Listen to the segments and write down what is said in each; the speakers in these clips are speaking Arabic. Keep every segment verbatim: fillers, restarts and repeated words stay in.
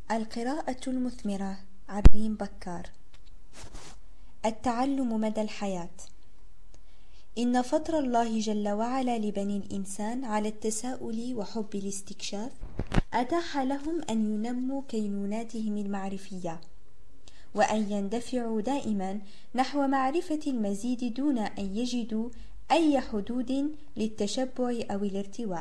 القراءة المثمرة عبرين بكار. التعلم مدى الحياة. إن فطر الله جل وعلا لبني الإنسان على التساؤل وحب الاستكشاف أتاح لهم أن ينموا كينوناتهم المعرفية، وأن يندفعوا دائما نحو معرفة المزيد دون أن يجدوا أي حدود للتشبع أو الارتواء.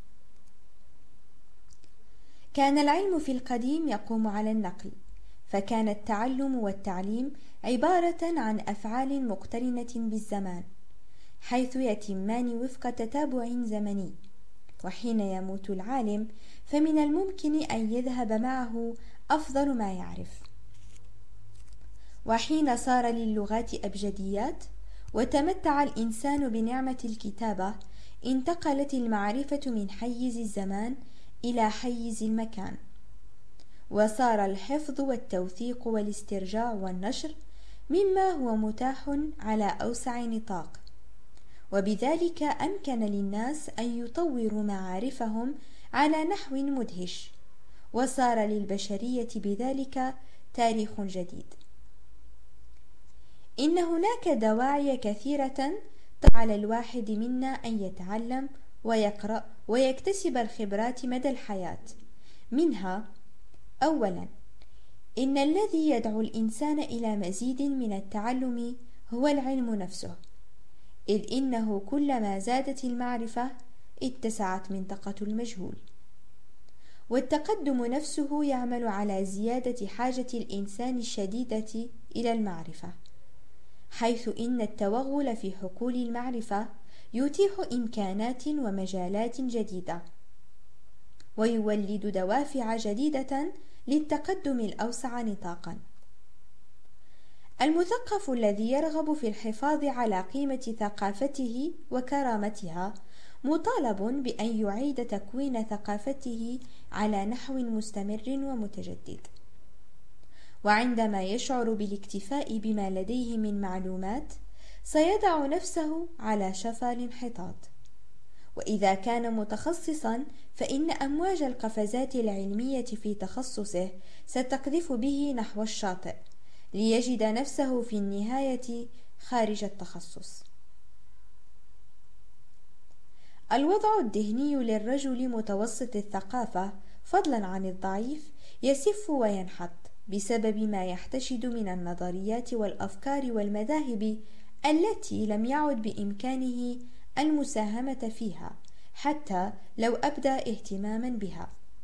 كان العلم في القديم يقوم على النقل، فكان التعلم والتعليم عبارة عن أفعال مقترنة بالزمان، حيث يتمان وفق تتابع زمني، وحين يموت العالم فمن الممكن أن يذهب معه أفضل ما يعرف. وحين صار للغات أبجديات وتمتع الإنسان بنعمة الكتابة، انتقلت المعرفة من حيز الزمان إلى حيز المكان، وصار الحفظ والتوثيق والاسترجاع والنشر مما هو متاح على أوسع نطاق، وبذلك أمكن للناس أن يطوروا معارفهم على نحو مدهش، وصار للبشرية بذلك تاريخ جديد. إن هناك دواعي كثيرة على الواحد منا أن يتعلم ويقرأ ويكتسب الخبرات مدى الحياة. منها: أولا، إن الذي يدعو الإنسان إلى مزيد من التعلم هو العلم نفسه، إذ إنه كلما زادت المعرفة اتسعت منطقة المجهول، والتقدم نفسه يعمل على زيادة حاجة الإنسان الشديدة إلى المعرفة، حيث إن التوغل في حقول المعرفة يتيح إمكانات ومجالات جديدة، ويولد دوافع جديدة للتقدم الأوسع نطاقا. المثقف الذي يرغب في الحفاظ على قيمة ثقافته وكرامتها مطالب بأن يعيد تكوين ثقافته على نحو مستمر ومتجدد، وعندما يشعر بالاكتفاء بما لديه من معلومات سيضع نفسه على شفا الانحطاط. وإذا كان متخصصا فإن أمواج القفزات العلمية في تخصصه ستقذف به نحو الشاطئ، ليجد نفسه في النهاية خارج التخصص. الوضع الذهني للرجل متوسط الثقافة فضلا عن الضعيف يسف وينحط بسبب ما يحتشد من النظريات والأفكار والمذاهب التي لم يعد بإمكانه المساهمة فيها حتى لو أبدى اهتماما بها.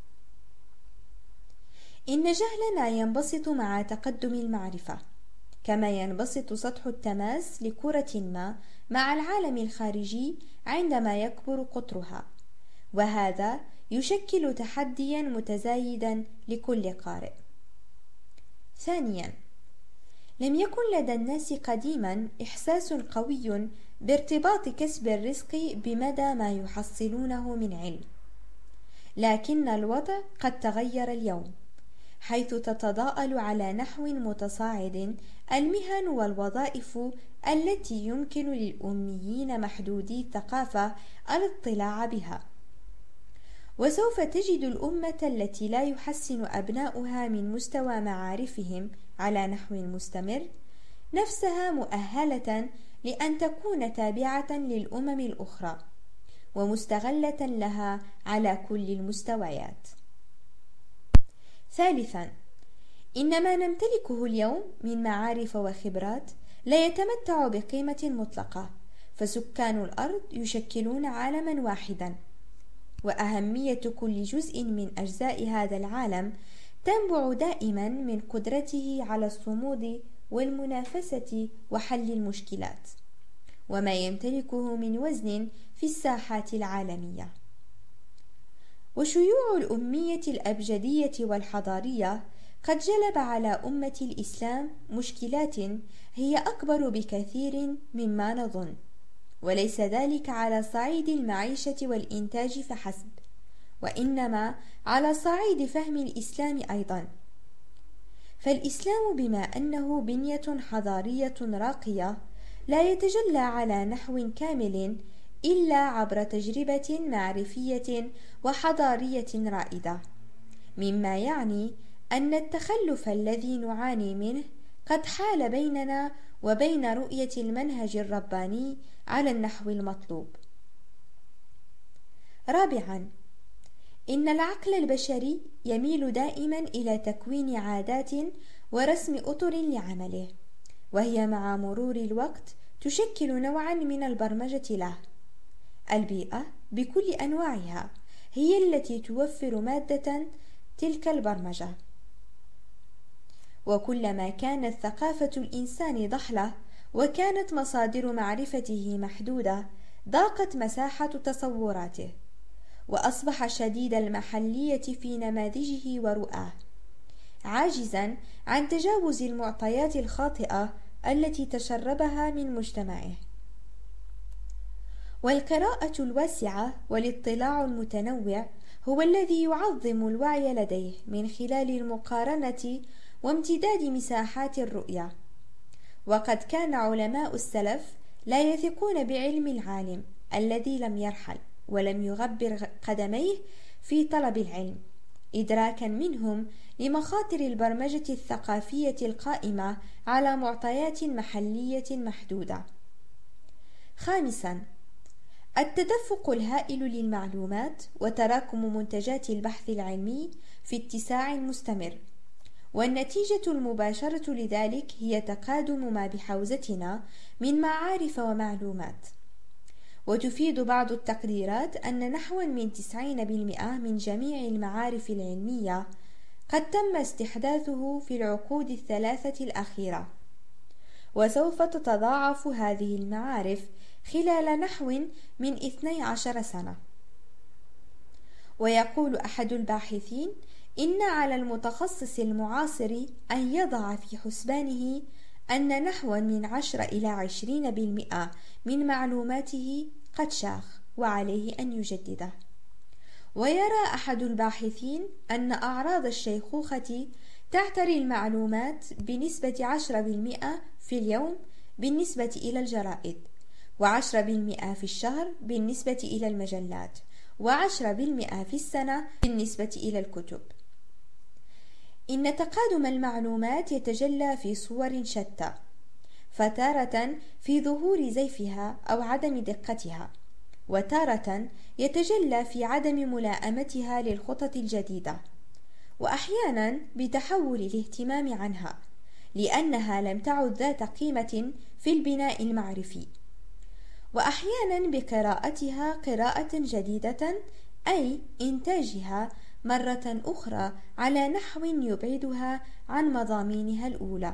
إن جهلنا ينبسط مع تقدم المعرفة، كما ينبسط سطح التماس لكرة ما مع العالم الخارجي عندما يكبر قطرها، وهذا يشكل تحديا متزايدا لكل قارئ. ثانيا، لم يكن لدى الناس قديما إحساس قوي بارتباط كسب الرزق بمدى ما يحصلونه من علم، لكن الوضع قد تغير اليوم، حيث تتضاءل على نحو متصاعد المهن والوظائف التي يمكن للأميين محدودي الثقافة الاطلاع بها. وسوف تجد الأمة التي لا يحسن أبناؤها من مستوى معارفهم على نحو مستمر نفسها مؤهلة لأن تكون تابعة للأمم الأخرى ومستغلة لها على كل المستويات. ثالثا، إن ما نمتلكه اليوم من معارف وخبرات لا يتمتع بقيمة مطلقة، فسكان الأرض يشكلون عالما واحدا، وأهمية كل جزء من أجزاء هذا العالم تنبع دائما من قدرته على الصمود والمنافسة وحل المشكلات، وما يمتلكه من وزن في الساحات العالمية. وشيوع الأمية الأبجدية والحضارية قد جلب على أمة الإسلام مشكلات هي أكبر بكثير مما نظن، وليس ذلك على صعيد المعيشة والإنتاج فحسب، وإنما على صعيد فهم الإسلام أيضا. فالإسلام بما أنه بنية حضارية راقية لا يتجلى على نحو كامل إلا عبر تجربة معرفية وحضارية رائدة، مما يعني أن التخلف الذي نعاني منه قد حال بيننا وبين رؤية المنهج الرباني على النحو المطلوب. رابعا، إن العقل البشري يميل دائما إلى تكوين عادات ورسم أطر لعمله، وهي مع مرور الوقت تشكل نوعا من البرمجة له. البيئة بكل أنواعها هي التي توفر مادة تلك البرمجة، وكلما كانت ثقافة الإنسان ضحلة وكانت مصادر معرفته محدودة ضاقت مساحة تصوراته، وأصبح شديد المحلية في نماذجه ورؤاه، عاجزا عن تجاوز المعطيات الخاطئة التي تشربها من مجتمعه. والقراءة الواسعة والاطلاع المتنوع هو الذي يعظم الوعي لديه من خلال المقارنة وامتداد مساحات الرؤية. وقد كان علماء السلف لا يثقون بعلم العالم الذي لم يرحل ولم يغبر قدميه في طلب العلم، إدراكا منهم لمخاطر البرمجة الثقافية القائمة على معطيات محلية محدودة. خامسا، التدفق الهائل للمعلومات وتراكم منتجات البحث العلمي في اتساع مستمر، والنتيجة المباشرة لذلك هي تقادم ما بحوزتنا من معارف ومعلومات. وتفيد بعض التقديرات أن نحو من تسعين بالمئة من جميع المعارف العلمية قد تم استحداثه في العقود الثلاثة الأخيرة، وسوف تتضاعف هذه المعارف خلال نحو من اثني عشر سنة. ويقول أحد الباحثين إن على المتخصص المعاصر أن يضع في حسبانه أن نحو من عشرة إلى عشرين بالمئة من معلوماته قد شاخ وعليه أن يجدده. ويرى أحد الباحثين أن أعراض الشيخوخة تعتري المعلومات بنسبة عشرة بالمئة في اليوم بالنسبة إلى الجرائد، وعشرة بالمئة في الشهر بالنسبة إلى المجلات، وعشرة بالمئة في السنة بالنسبة إلى الكتب. إن تقادم المعلومات يتجلى في صور شتى، فتارة في ظهور زيفها أو عدم دقتها، وتارة يتجلى في عدم ملائمتها للخطط الجديدة، وأحيانا بتحول الاهتمام عنها لأنها لم تعد ذات قيمة في البناء المعرفي، وأحيانا بقراءتها قراءة جديدة، أي إنتاجها مرة أخرى على نحو يبعدها عن مضامينها الأولى.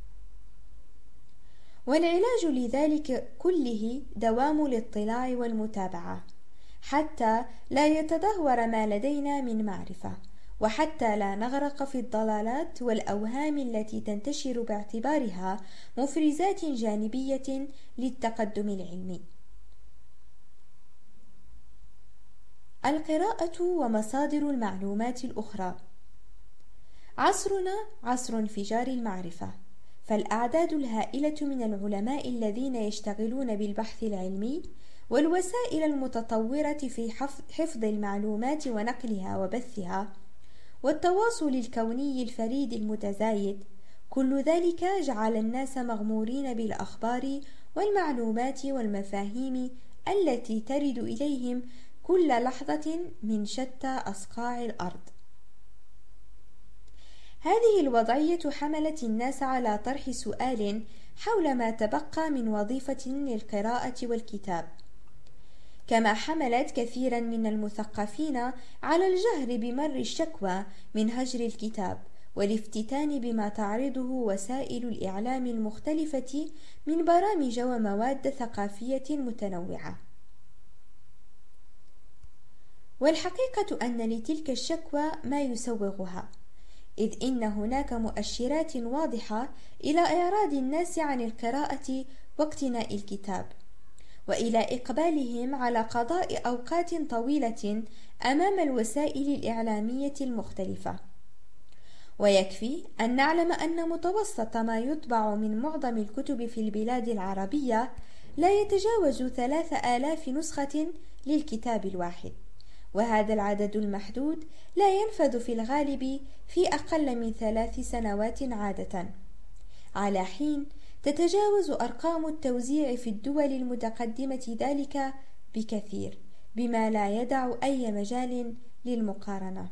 والعلاج لذلك كله دوام الاطلاع والمتابعة، حتى لا يتدهور ما لدينا من معرفة، وحتى لا نغرق في الضلالات والأوهام التي تنتشر باعتبارها مفرزات جانبية للتقدم العلمي. القراءة ومصادر المعلومات الأخرى. عصرنا عصر انفجار المعرفة، فالأعداد الهائلة من العلماء الذين يشتغلون بالبحث العلمي والوسائل المتطورة في حفظ المعلومات ونقلها وبثها والتواصل الكوني الفريد المتزايد، كل ذلك جعل الناس مغمورين بالأخبار والمعلومات والمفاهيم التي ترد إليهم كل لحظة من شتى أصقاع الأرض. هذه الوضعية حملت الناس على طرح سؤال حول ما تبقى من وظيفة للقراءة والكتاب، كما حملت كثيرا من المثقفين على الجهر بمر الشكوى من هجر الكتاب والافتتان بما تعرضه وسائل الإعلام المختلفة من برامج ومواد ثقافية متنوعة. والحقيقة أن لتلك الشكوى ما يسوغها، إذ إن هناك مؤشرات واضحة إلى إعراض الناس عن القراءة واقتناء الكتاب، وإلى إقبالهم على قضاء أوقات طويلة أمام الوسائل الإعلامية المختلفة. ويكفي أن نعلم أن متوسط ما يطبع من معظم الكتب في البلاد العربية لا يتجاوز ثلاث آلاف نسخة للكتاب الواحد، وهذا العدد المحدود لا ينفذ في الغالب في أقل من ثلاث سنوات عادة، على حين تتجاوز أرقام التوزيع في الدول المتقدمة ذلك بكثير، بما لا يدع أي مجال للمقارنة.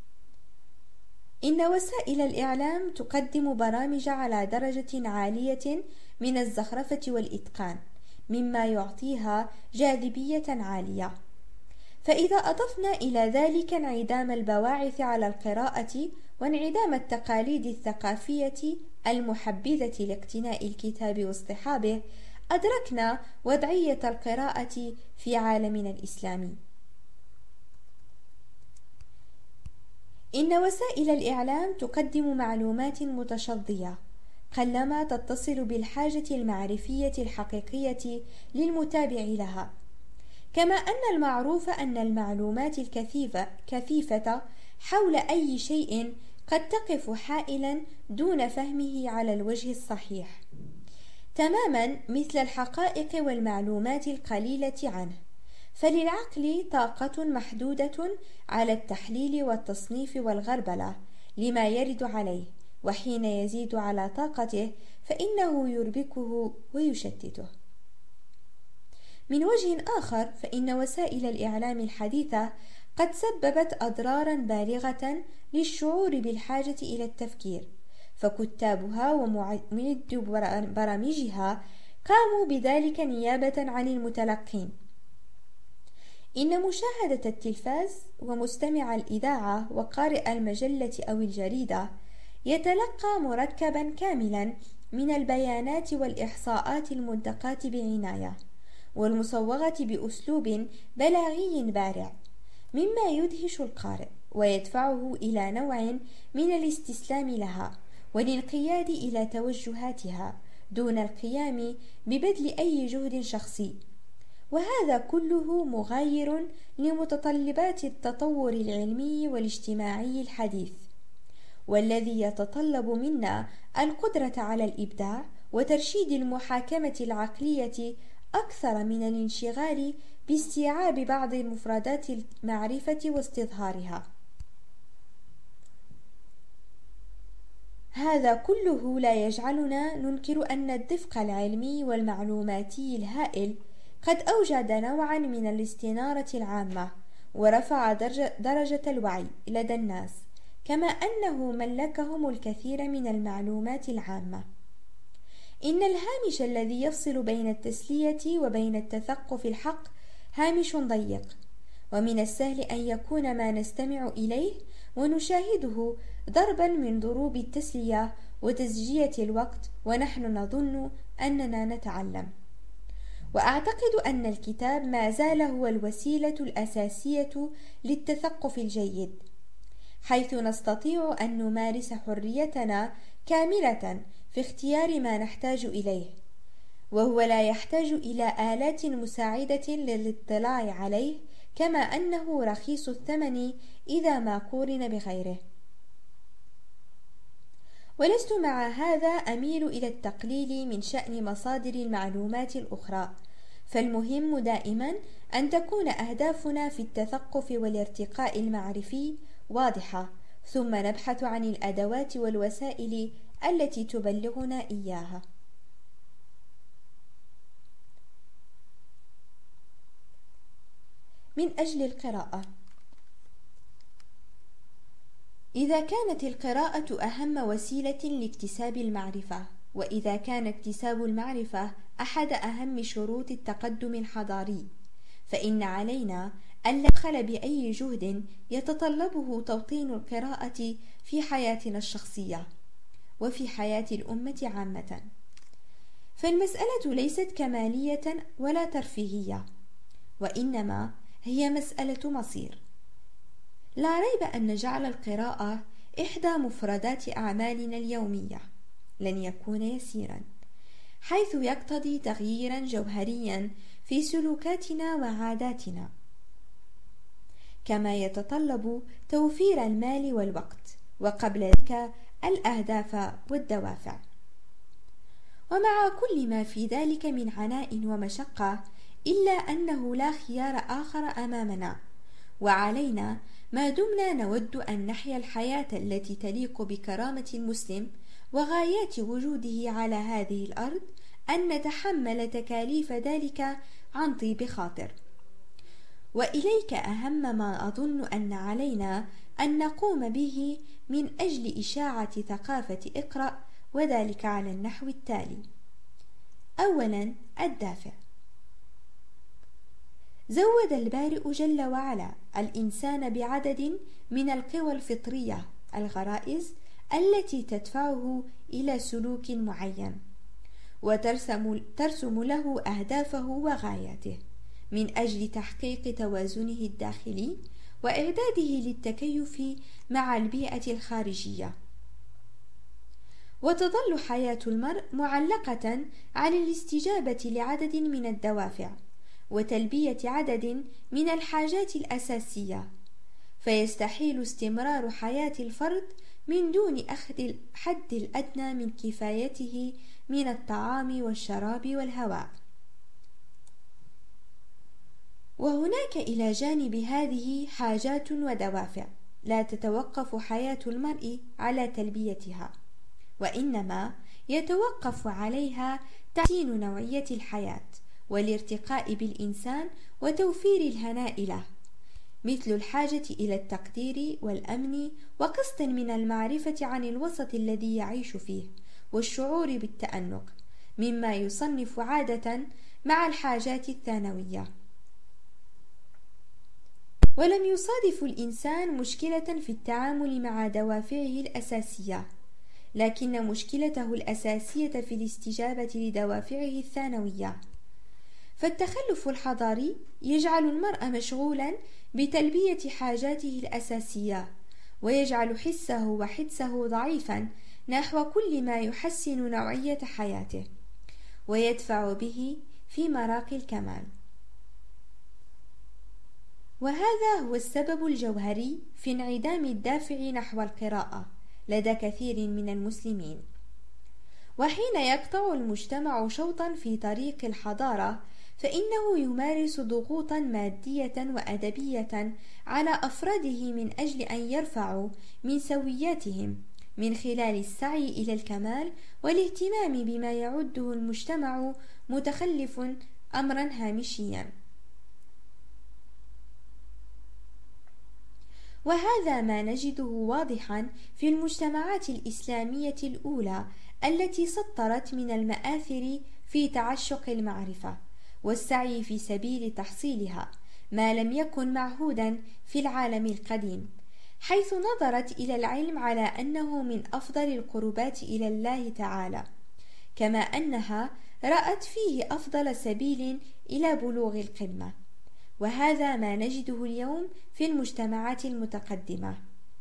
إن وسائل الإعلام تقدم برامج على درجة عالية من الزخرفة والإتقان، مما يعطيها جاذبية عالية. فإذا أضفنا إلى ذلك انعدام البواعث على القراءة وانعدام التقاليد الثقافية المحبذة لاقتناء الكتاب واصطحابه، أدركنا وضعية القراءة في عالمنا الإسلامي. إن وسائل الإعلام تقدم معلومات متشظية قلما تتصل بالحاجة المعرفية الحقيقية للمتابع لها، كما أن المعروف أن المعلومات الكثيفة كثيفة حول أي شيء قد تقف حائلا دون فهمه على الوجه الصحيح، تماما مثل الحقائق والمعلومات القليلة عنه. فللعقل طاقة محدودة على التحليل والتصنيف والغربلة لما يرد عليه، وحين يزيد على طاقته فإنه يربكه ويشتته. من وجه آخر، فإن وسائل الإعلام الحديثة قد سببت أضرارا بالغة للشعور بالحاجة إلى التفكير، فكتابها ومعدو برامجها قاموا بذلك نيابة عن المتلقين. إن مشاهدة التلفاز ومستمع الإذاعة وقارئ المجلة أو الجريدة يتلقى مركبا كاملا من البيانات والإحصاءات المنتقاة بعناية والمصوغة بأسلوب بلاغي بارع، مما يدهش القارئ ويدفعه إلى نوع من الاستسلام لها والانقياد إلى توجهاتها دون القيام ببذل أي جهد شخصي. وهذا كله مغاير لمتطلبات التطور العلمي والاجتماعي الحديث، والذي يتطلب منا القدرة على الإبداع وترشيد المحاكمة العقلية أكثر من الانشغال باستيعاب بعض مفردات المعرفة واستظهارها. هذا كله لا يجعلنا ننكر أن الدفق العلمي والمعلوماتي الهائل قد أوجد نوعا من الاستنارة العامة ورفع درجة الوعي لدى الناس، كما أنه ملكهم الكثير من المعلومات العامة. إن الهامش الذي يفصل بين التسلية وبين التثقف الحق هامش ضيق، ومن السهل أن يكون ما نستمع إليه ونشاهده ضربا من ضروب التسلية وتزجية الوقت ونحن نظن أننا نتعلم. وأعتقد أن الكتاب ما زال هو الوسيلة الأساسية للتثقف الجيد، حيث نستطيع أن نمارس حريتنا كاملة في اختيار ما نحتاج إليه، وهو لا يحتاج إلى آلات مساعدة للاطلاع عليه، كما أنه رخيص الثمن إذا ما قورن بغيره. ولست مع هذا أميل إلى التقليل من شأن مصادر المعلومات الأخرى، فالمهم دائما أن تكون أهدافنا في التثقف والارتقاء المعرفي واضحة، ثم نبحث عن الأدوات والوسائل التي تبلغنا إياها. من أجل القراءة. إذا كانت القراءة أهم وسيلة لاكتساب المعرفة، وإذا كان اكتساب المعرفة أحد أهم شروط التقدم الحضاري، فإن علينا أن لا نبخل بأي جهد يتطلبه توطين القراءة في حياتنا الشخصية وفي حياة الأمة عامة. فالمسألة ليست كمالية ولا ترفيهية، وإنما هي مسألة مصير. لا ريب أن جعل القراءة إحدى مفردات أعمالنا اليومية لن يكون يسيرا، حيث يقتضي تغييرا جوهريا في سلوكاتنا وعاداتنا، كما يتطلب توفير المال والوقت، وقبل ذلك الأهداف والدوافع. ومع كل ما في ذلك من عناء ومشقة، إلا أنه لا خيار آخر أمامنا، وعلينا ما دمنا نود أن نحيا الحياة التي تليق بكرامة المسلم وغايات وجوده على هذه الأرض أن نتحمل تكاليف ذلك عن طيب خاطر. وإليك أهم ما أظن أن علينا أن نقوم به من أجل إشاعة ثقافة اقرأ، وذلك على النحو التالي: أولا، الدافع. زود البارئ جل وعلا الإنسان بعدد من القوى الفطرية، الغرائز التي تدفعه إلى سلوك معين، وترسم ترسم له أهدافه وغاياته من أجل تحقيق توازنه الداخلي وإعداده للتكيف مع البيئة الخارجية. وتظل حياة المرء معلقة على الاستجابة لعدد من الدوافع وتلبية عدد من الحاجات الأساسية، فيستحيل استمرار حياة الفرد من دون أخذ الحد الأدنى من كفايته من الطعام والشراب والهواء. وهناك إلى جانب هذه حاجات ودوافع لا تتوقف حياة المرء على تلبيتها، وإنما يتوقف عليها تحسين نوعية الحياة والارتقاء بالإنسان وتوفير الهناء له، مثل الحاجة إلى التقدير والأمن وقسط من المعرفة عن الوسط الذي يعيش فيه والشعور بالتأنق، مما يصنف عادة مع الحاجات الثانوية. ولم يصادف الإنسان مشكلة في التعامل مع دوافعه الأساسية، لكن مشكلته الأساسية في الاستجابة لدوافعه الثانوية. فالتخلف الحضاري يجعل المرء مشغولا بتلبية حاجاته الأساسية، ويجعل حسه وحدسه ضعيفا نحو كل ما يحسن نوعية حياته ويدفع به في مراقي الكمال. وهذا هو السبب الجوهري في انعدام الدافع نحو القراءة لدى كثير من المسلمين. وحين يقطع المجتمع شوطا في طريق الحضارة فإنه يمارس ضغوطا مادية وأدبية على أفراده من أجل أن يرفعوا من سوياتهم من خلال السعي إلى الكمال والاهتمام بما يعده المجتمع متخلف أمرا هامشيا. وهذا ما نجده واضحا في المجتمعات الإسلامية الأولى التي سطرت من المآثر في تعشق المعرفة والسعي في سبيل تحصيلها ما لم يكن معهودا في العالم القديم، حيث نظرت إلى العلم على أنه من أفضل القربات إلى الله تعالى، كما أنها رأت فيه أفضل سبيل إلى بلوغ القمة. وهذا ما نجده اليوم في المجتمعات المتقدمة.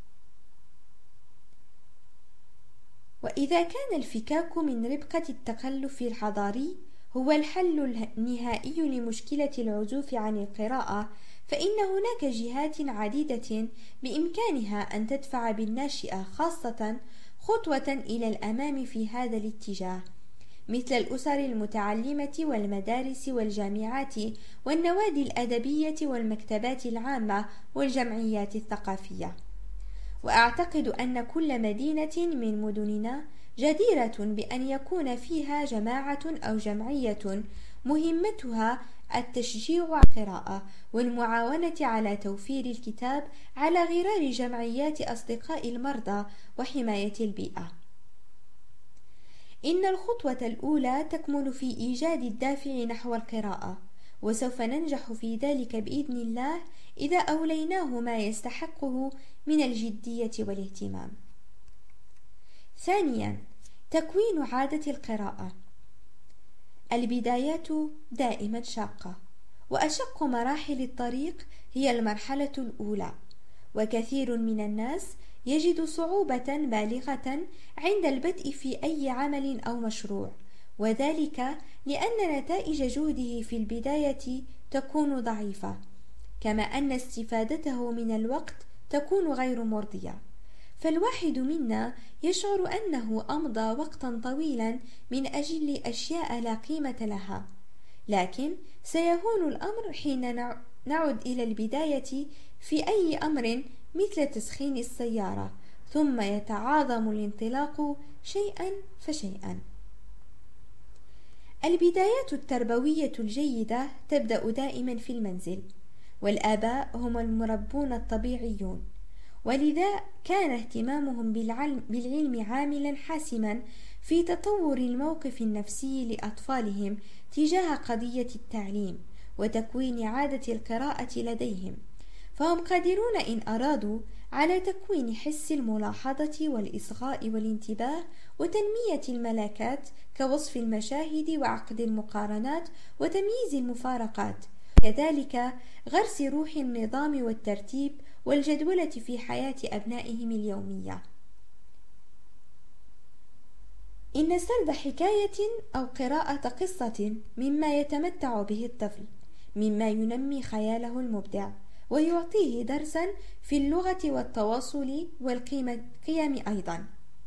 وإذا كان الفكاك من ربقة التخلف الحضاري هو الحل النهائي لمشكلة العزوف عن القراءة، فإن هناك جهات عديدة بإمكانها أن تدفع بالناشئة خاصة خطوة إلى الأمام في هذا الاتجاه، مثل الأسر المتعلمة والمدارس والجامعات والنوادي الأدبية والمكتبات العامة والجمعيات الثقافية. وأعتقد أن كل مدينة من مدننا جديرة بأن يكون فيها جماعة أو جمعية مهمتها التشجيع على القراءة والمعاونة على توفير الكتاب على غرار جمعيات أصدقاء المرضى وحماية البيئة. إن الخطوة الأولى تكمن في إيجاد الدافع نحو القراءة، وسوف ننجح في ذلك بإذن الله إذا أوليناه ما يستحقه من الجدية والاهتمام. ثانيا، تكوين عادة القراءة. البدايات دائما شاقة، وأشق مراحل الطريق هي المرحلة الأولى، وكثير من الناس يجد صعوبة بالغة عند البدء في أي عمل أو مشروع، وذلك لأن نتائج جهده في البداية تكون ضعيفة، كما أن استفادته من الوقت تكون غير مرضية. فالواحد منا يشعر أنه أمضى وقتا طويلا من أجل أشياء لا قيمة لها، لكن سيهون الأمر حين نعد إلى البداية في أي أمر مثل تسخين السيارة، ثم يتعاظم الانطلاق شيئا فشيئا. البدايات التربوية الجيدة تبدأ دائما في المنزل، والآباء هم المربون الطبيعيون، ولذا كان اهتمامهم بالعلم عاملا حاسما في تطور الموقف النفسي لأطفالهم تجاه قضية التعليم وتكوين عادة القراءة لديهم، فهم قادرون إن أرادوا على تكوين حس الملاحظة والإصغاء والانتباه وتنمية الملكات كوصف المشاهد وعقد المقارنات وتمييز المفارقات، كذلك غرس روح النظام والترتيب والجدولة في حياة أبنائهم اليومية. إن سرد حكاية أو قراءة قصة مما يتمتع به الطفل، مما ينمي خياله المبدع ويعطيه درسا في اللغة والتواصل والقيم أيضا.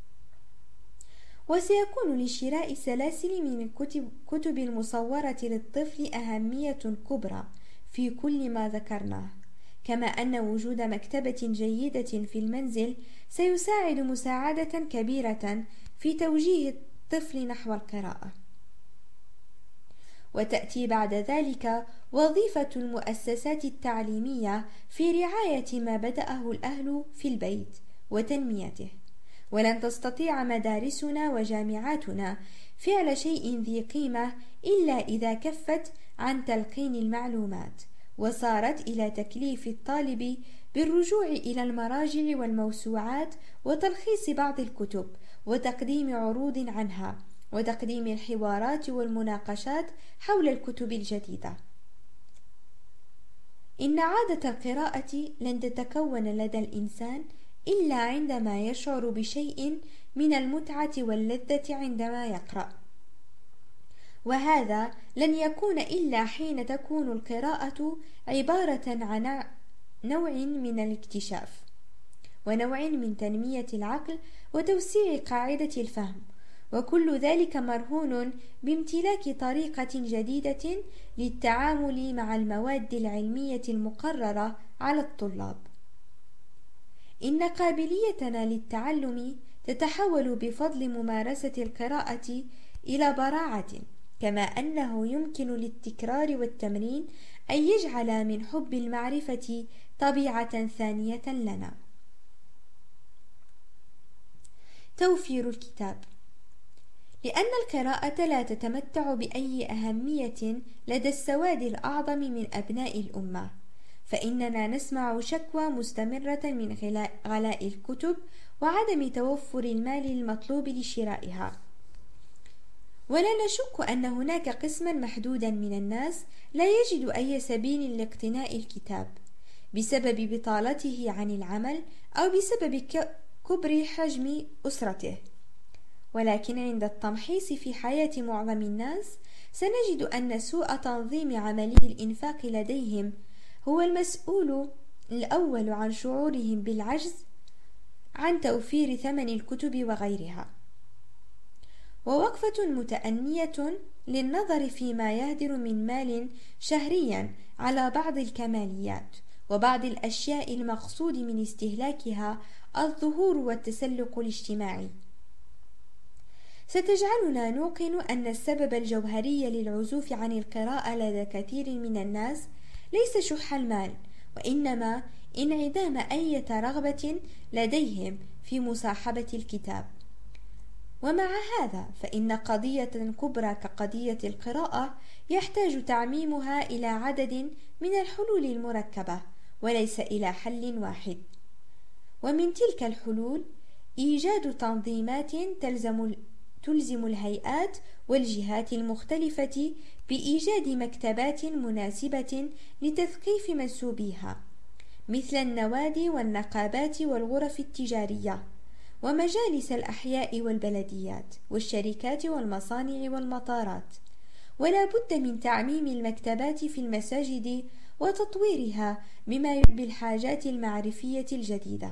وسيكون لشراء سلاسل من الكتب كتب المصورة للطفل أهمية كبرى في كل ما ذكرناه، كما أن وجود مكتبة جيدة في المنزل سيساعد مساعدة كبيرة في توجيه الطفل نحو القراءة. وتأتي بعد ذلك وظيفة المؤسسات التعليمية في رعاية ما بدأه الأهل في البيت وتنميته، ولن تستطيع مدارسنا وجامعاتنا فعل شيء ذي قيمة إلا إذا كفت عن تلقين المعلومات وصارت إلى تكليف الطالب بالرجوع إلى المراجع والموسوعات وتلخيص بعض الكتب وتقديم عروض عنها وتقديم الحوارات والمناقشات حول الكتب الجديدة. إن عادة القراءة لن تتكون لدى الإنسان إلا عندما يشعر بشيء من المتعة واللذة عندما يقرأ، وهذا لن يكون إلا حين تكون القراءة عبارة عن نوع من الاكتشاف ونوع من تنمية العقل وتوسيع قاعدة الفهم، وكل ذلك مرهون بامتلاك طريقة جديدة للتعامل مع المواد العلمية المقررة على الطلاب. إن قابليتنا للتعلم تتحول بفضل ممارسة القراءة إلى براعة، كما أنه يمكن للتكرار والتمرين أن يجعل من حب المعرفة طبيعة ثانية لنا. توفير الكتاب. لأن القراءة لا تتمتع بأي أهمية لدى السواد الأعظم من أبناء الأمة، فإننا نسمع شكوى مستمرة من غلاء الكتب وعدم توفر المال المطلوب لشرائها، ولا نشك أن هناك قسما محدودا من الناس لا يجد أي سبيل لاقتناء الكتاب بسبب بطالته عن العمل أو بسبب كبر حجم أسرته، ولكن عند التمحيص في حياة معظم الناس سنجد أن سوء تنظيم عملية الإنفاق لديهم هو المسؤول الأول عن شعورهم بالعجز عن توفير ثمن الكتب وغيرها. ووقفة متأنية للنظر فيما يهدر من مال شهريا على بعض الكماليات وبعض الأشياء المقصود من استهلاكها الظهور والتسلق الاجتماعي ستجعلنا نوقن أن السبب الجوهري للعزوف عن القراءة لدى كثير من الناس ليس شح المال، وإنما انعدام أي رغبة لديهم في مصاحبة الكتاب. ومع هذا فإن قضية كبرى كقضية القراءة يحتاج تعميمها إلى عدد من الحلول المركبة وليس إلى حل واحد، ومن تلك الحلول إيجاد تنظيمات تلزم تلزم الهيئات والجهات المختلفة بإيجاد مكتبات مناسبة لتثقيف منسوبيها مثل النوادي والنقابات والغرف التجارية ومجالس الأحياء والبلديات والشركات والمصانع والمطارات، ولا بد من تعميم المكتبات في المساجد وتطويرها بما يلبي الحاجات المعرفية الجديدة.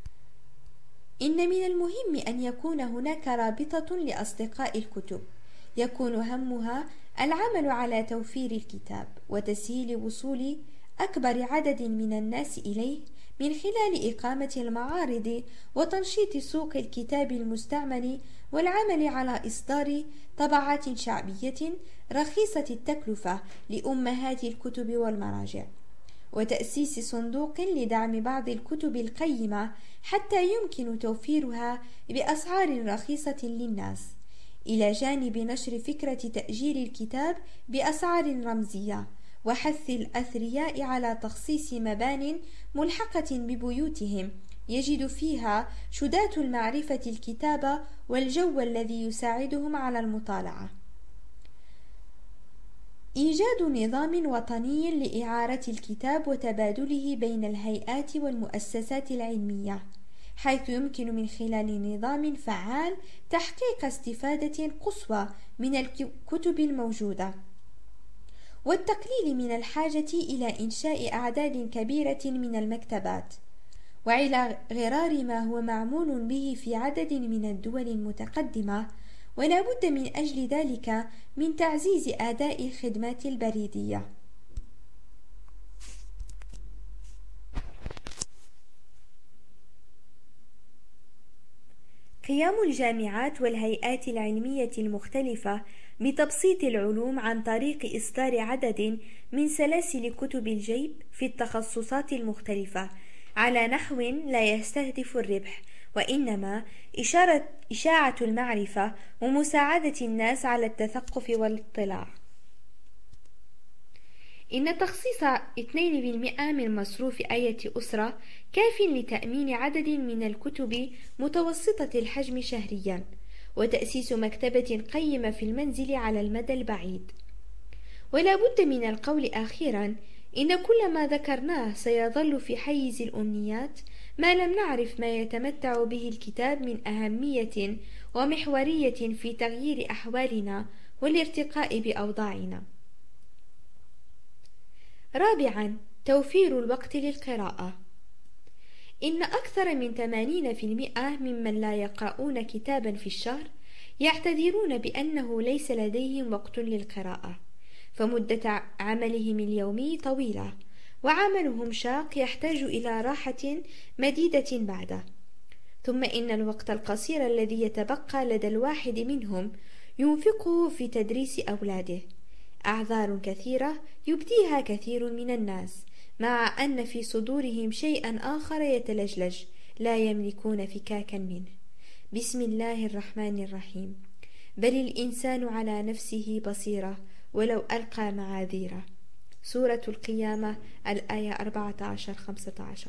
إن من المهم أن يكون هناك رابطة لأصدقاء الكتب يكون همها العمل على توفير الكتاب وتسهيل وصول أكبر عدد من الناس إليه من خلال إقامة المعارض وتنشيط سوق الكتاب المستعمل والعمل على إصدار طبعات شعبية رخيصة التكلفة لأمهات الكتب والمراجع، وتأسيس صندوق لدعم بعض الكتب القيمة حتى يمكن توفيرها بأسعار رخيصة للناس، إلى جانب نشر فكرة تأجير الكتاب بأسعار رمزية وحث الأثرياء على تخصيص مبان ملحقة ببيوتهم يجد فيها شداة المعرفة الكتاب والجو الذي يساعدهم على المطالعة. إيجاد نظام وطني لإعارة الكتاب وتبادله بين الهيئات والمؤسسات العلمية، حيث يمكن من خلال نظام فعال تحقيق استفادة قصوى من الكتب الموجودة، والتقليل من الحاجة إلى إنشاء أعداد كبيرة من المكتبات، وعلى غرار ما هو معمول به في عدد من الدول المتقدمة، ولا بد من أجل ذلك من تعزيز أداء الخدمات البريدية. قيام الجامعات والهيئات العلمية المختلفة بتبسيط العلوم عن طريق إصدار عدد من سلاسل كتب الجيب في التخصصات المختلفة على نحو لا يستهدف الربح، وإنما إشارة إشاعة المعرفة ومساعدة الناس على التثقف والاطلاع. إن تخصيص اثنين بالمئة من مصروف أي أسرة كاف لتأمين عدد من الكتب متوسطة الحجم شهريا، وتأسيس مكتبة قيمة في المنزل على المدى البعيد. ولا بد من القول أخيرا إن كل ما ذكرناه سيظل في حيز الأمنيات ما لم نعرف ما يتمتع به الكتاب من أهمية ومحورية في تغيير أحوالنا والارتقاء بأوضاعنا. رابعا، توفير الوقت للقراءة. إن أكثر من ثمانين بالمئة ممن لا يقرؤون كتابا في الشهر يعتذرون بأنه ليس لديهم وقت للقراءة، فمدة عملهم اليومي طويلة وعملهم شاق يحتاج إلى راحة مديدة بعده، ثم إن الوقت القصير الذي يتبقى لدى الواحد منهم ينفقه في تدريس أولاده. أعذار كثيرة يبديها كثير من الناس، مع أن في صدورهم شيئا آخر يتلجلج لا يملكون فكاكا منه. بسم الله الرحمن الرحيم. بل الإنسان على نفسه بصيرة ولو ألقى معاذيره. سورة القيامة الآية أربعة عشر خمسة عشر.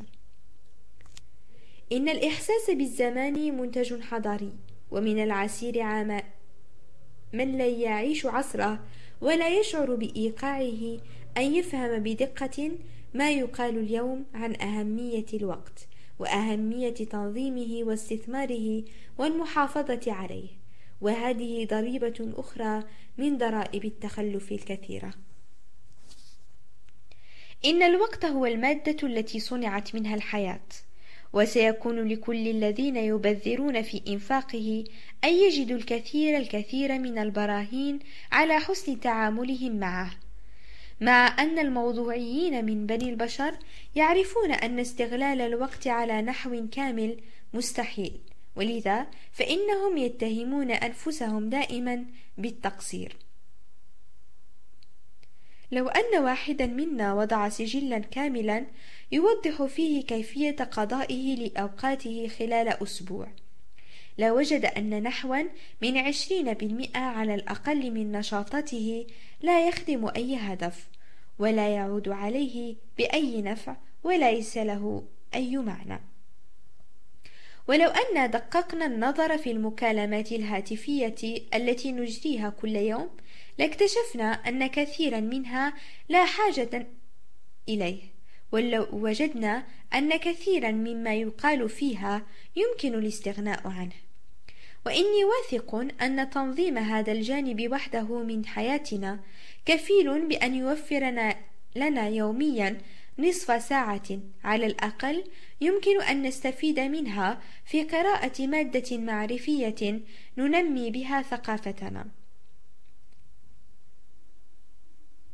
إن الإحساس بالزمان منتج حضاري، ومن العسير عام من لا يعيش عصره ولا يشعر بإيقاعه أن يفهم بدقة ما يقال اليوم عن أهمية الوقت وأهمية تنظيمه واستثماره والمحافظة عليه، وهذه ضريبة أخرى من ضرائب التخلف الكثيرة. إن الوقت هو المادة التي صنعت منها الحياة، وسيكون لكل الذين يبذرون في إنفاقه أن يجدوا الكثير الكثير من البراهين على حسن تعاملهم معه، مع أن الموضوعيين من بني البشر يعرفون أن استغلال الوقت على نحو كامل مستحيل، ولذا فإنهم يتهمون أنفسهم دائما بالتقصير. لو أن واحدا منا وضع سجلا كاملا يوضح فيه كيفية قضائه لأوقاته خلال أسبوع، لوجد أن نحوا من عشرين بالمئة على الأقل من نشاطاته لا يخدم أي هدف ولا يعود عليه بأي نفع وليس له أي معنى. ولو أن دققنا النظر في المكالمات الهاتفية التي نجريها كل يوم لاكتشفنا أن كثيرا منها لا حاجة إليه، ولو وجدنا أن كثيرا مما يقال فيها يمكن الاستغناء عنه. وإني واثق أن تنظيم هذا الجانب وحده من حياتنا كفيل بأن يوفر لنا يوميا نصف ساعة على الأقل يمكن أن نستفيد منها في قراءة مادة معرفية ننمي بها ثقافتنا.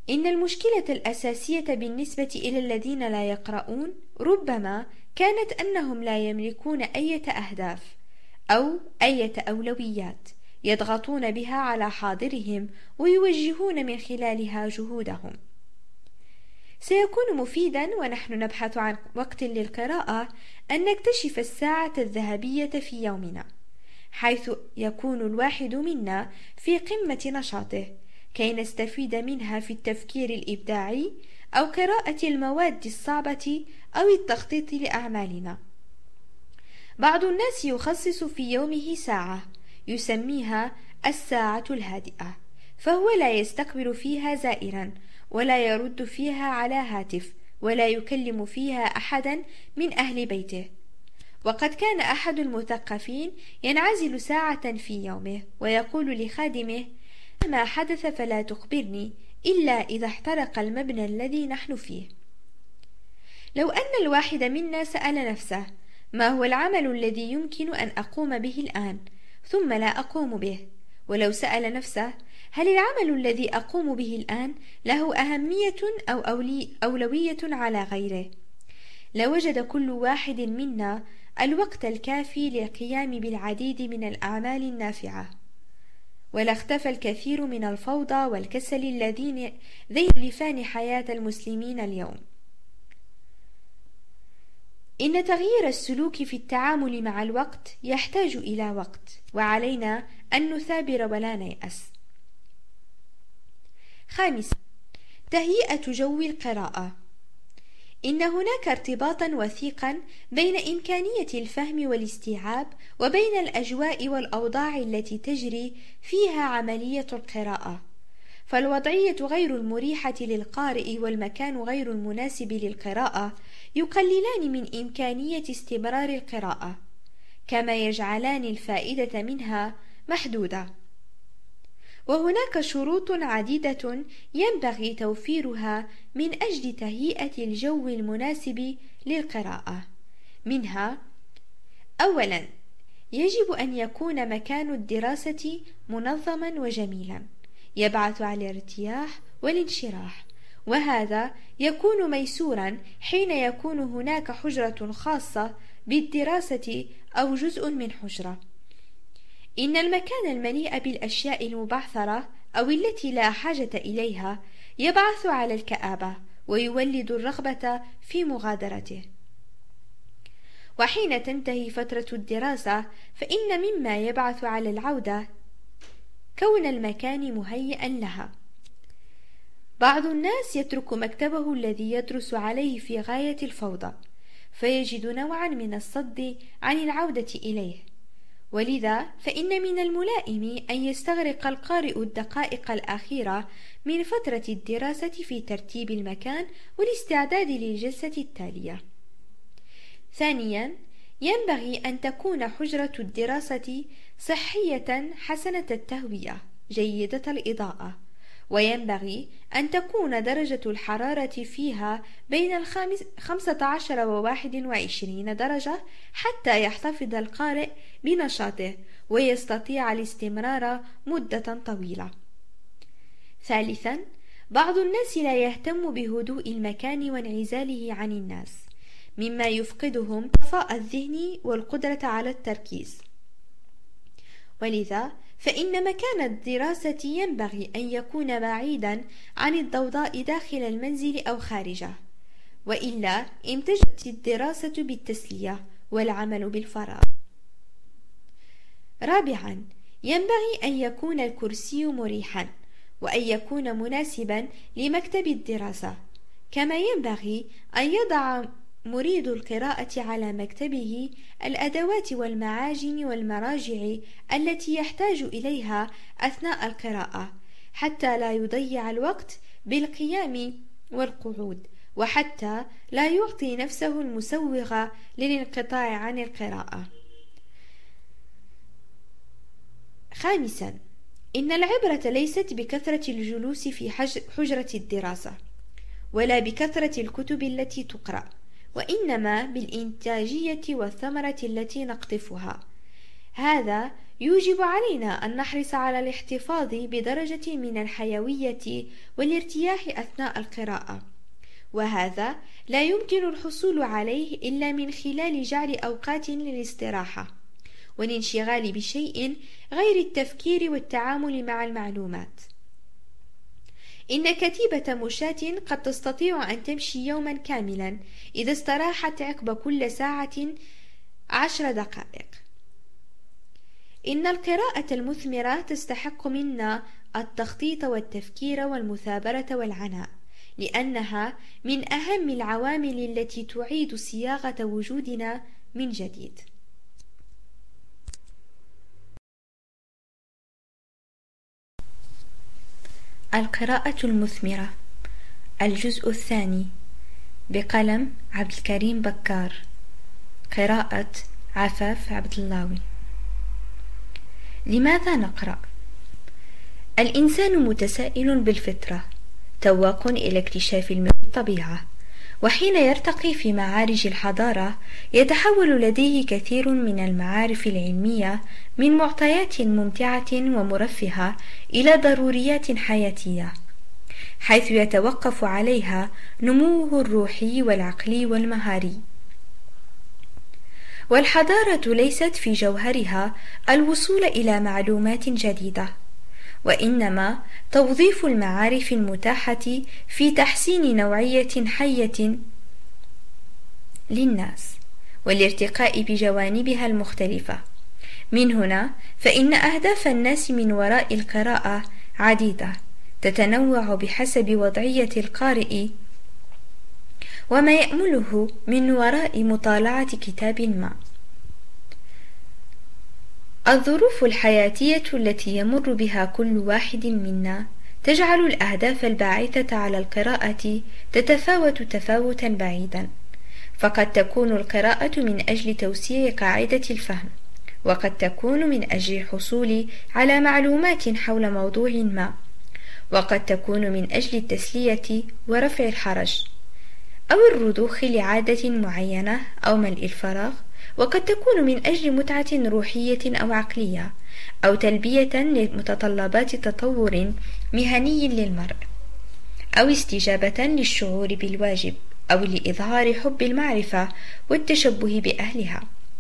إن المشكلة الأساسية بالنسبة إلى الذين لا يقرؤون ربما كانت أنهم لا يملكون أي أهداف أو أي أولويات يضغطون بها على حاضرهم ويوجهون من خلالها جهودهم. سيكون مفيدا ونحن نبحث عن وقت للقراءة أن نكتشف الساعة الذهبية في يومنا، حيث يكون الواحد منا في قمة نشاطه، كي نستفيد منها في التفكير الإبداعي أو قراءة المواد الصعبة أو التخطيط لأعمالنا. بعض الناس يخصص في يومه ساعة يسميها الساعة الهادئة، فهو لا يستقبل فيها زائرا ولا يرد فيها على هاتف ولا يكلم فيها أحدا من أهل بيته. وقد كان أحد المثقفين ينعزل ساعة في يومه ويقول لخادمه: ما حدث فلا تخبرني إلا إذا احترق المبنى الذي نحن فيه. لو أن الواحد منا سأل نفسه: ما هو العمل الذي يمكن أن أقوم به الآن ثم لا أقوم به؟ ولو سأل نفسه: هل العمل الذي أقوم به الآن له أهمية أو أولي أولوية على غيره؟ لوجد كل واحد منا الوقت الكافي للقيام بالعديد من الأعمال النافعة، ولا اختفى الكثير من الفوضى والكسل الذين يؤلفان حياة المسلمين اليوم. إن تغيير السلوك في التعامل مع الوقت يحتاج إلى وقت، وعلينا أن نثابر ولا نيأس. خامسا، تهيئة جو القراءة. إن هناك ارتباطا وثيقا بين إمكانية الفهم والاستيعاب وبين الأجواء والأوضاع التي تجري فيها عملية القراءة، فالوضعية غير المريحة للقارئ والمكان غير المناسب للقراءة يقللان من إمكانية استمرار القراءة، كما يجعلان الفائدة منها محدودة. وهناك شروط عديدة ينبغي توفيرها من أجل تهيئة الجو المناسب للقراءة. منها: أولا، يجب أن يكون مكان الدراسة منظما وجميلا يبعث على الارتياح والانشراح، وهذا يكون ميسورا حين يكون هناك حجرة خاصة بالدراسة أو جزء من حجرة. إن المكان المليء بالأشياء المبعثرة أو التي لا حاجة إليها يبعث على الكآبة ويولد الرغبة في مغادرته. وحين تنتهي فترة الدراسة فإن مما يبعث على العودة كون المكان مهيئا لها. بعض الناس يترك مكتبه الذي يدرس عليه في غاية الفوضى، فيجد نوعا من الصد عن العودة إليه، ولذا فإن من الملائم أن يستغرق القارئ الدقائق الأخيرة من فترة الدراسة في ترتيب المكان والاستعداد للجلسة التالية. ثانيا، ينبغي أن تكون حجرة الدراسة صحية حسنة التهوية جيدة الإضاءة، وينبغي أن تكون درجة الحرارة فيها بين الخمسة عشر وواحد وعشرين درجة حتى يحتفظ القارئ بنشاطه ويستطيع الاستمرار مدة طويلة. ثالثا، بعض الناس لا يهتم بهدوء المكان وانعزاله عن الناس، مما يفقدهم صفاء الذهن والقدرة على التركيز، ولذا فإن مكان الدراسة ينبغي أن يكون بعيدا عن الضوضاء داخل المنزل أو خارجه، وإلا امتزجت الدراسة بالتسلية والعمل بالفراغ. رابعا، ينبغي أن يكون الكرسي مريحا وأن يكون مناسبا لمكتب الدراسة، كما ينبغي أن يضع مريد القراءة على مكتبه الأدوات والمعاجم والمراجع التي يحتاج إليها أثناء القراءة، حتى لا يضيع الوقت بالقيام والقعود، وحتى لا يعطي نفسه المسوغ للانقطاع عن القراءة. خامسا، إن العبرة ليست بكثرة الجلوس في حجرة الدراسة ولا بكثرة الكتب التي تقرأ، وإنما بالإنتاجية والثمرة التي نقطفها. هذا يوجب علينا أن نحرص على الاحتفاظ بدرجة من الحيوية والارتياح أثناء القراءة، وهذا لا يمكن الحصول عليه إلا من خلال جعل أوقات للاستراحة والانشغال بشيء غير التفكير والتعامل مع المعلومات. إن كتيبة مشاة قد تستطيع أن تمشي يوما كاملا إذا استراحت عقب كل ساعة عشر دقائق. إن القراءة المثمرة تستحق منا التخطيط والتفكير والمثابرة والعناء، لأنها من أهم العوامل التي تعيد صياغة وجودنا من جديد. القراءة المثمرة، الجزء الثاني، بقلم عبد الكريم بكار، قراءة عفاف عبد اللهوي. لماذا نقرأ؟ الإنسان متسائل بالفطرة، تواق إلى اكتشاف الطبيعة، وحين يرتقي في معارج الحضارة يتحول لديه كثير من المعارف العلمية من معطيات ممتعة ومرفهة إلى ضروريات حياتية، حيث يتوقف عليها نموه الروحي والعقلي والمهاري. والحضارة ليست في جوهرها الوصول إلى معلومات جديدة، وإنما توظيف المعارف المتاحة في تحسين نوعية حية للناس والارتقاء بجوانبها المختلفة. من هنا فإن أهداف الناس من وراء القراءة عديدة، تتنوع بحسب وضعية القارئ وما يأمله من وراء مطالعة كتاب ما. الظروف الحياتية التي يمر بها كل واحد منا تجعل الأهداف الباعثة على القراءة تتفاوت تفاوتا بعيدا، فقد تكون القراءة من أجل توسيع قاعدة الفهم، وقد تكون من أجل الحصول على معلومات حول موضوع ما، وقد تكون من أجل التسلية ورفع الحرج، أو الرضوخ لعادة معينة أو ملء الفراغ، وقد تكون من أجل متعة روحية أو عقلية، أو تلبية لمتطلبات تطور مهني للمرء، أو استجابة للشعور بالواجب، أو لإظهار حب المعرفة والتشبه بأهلها.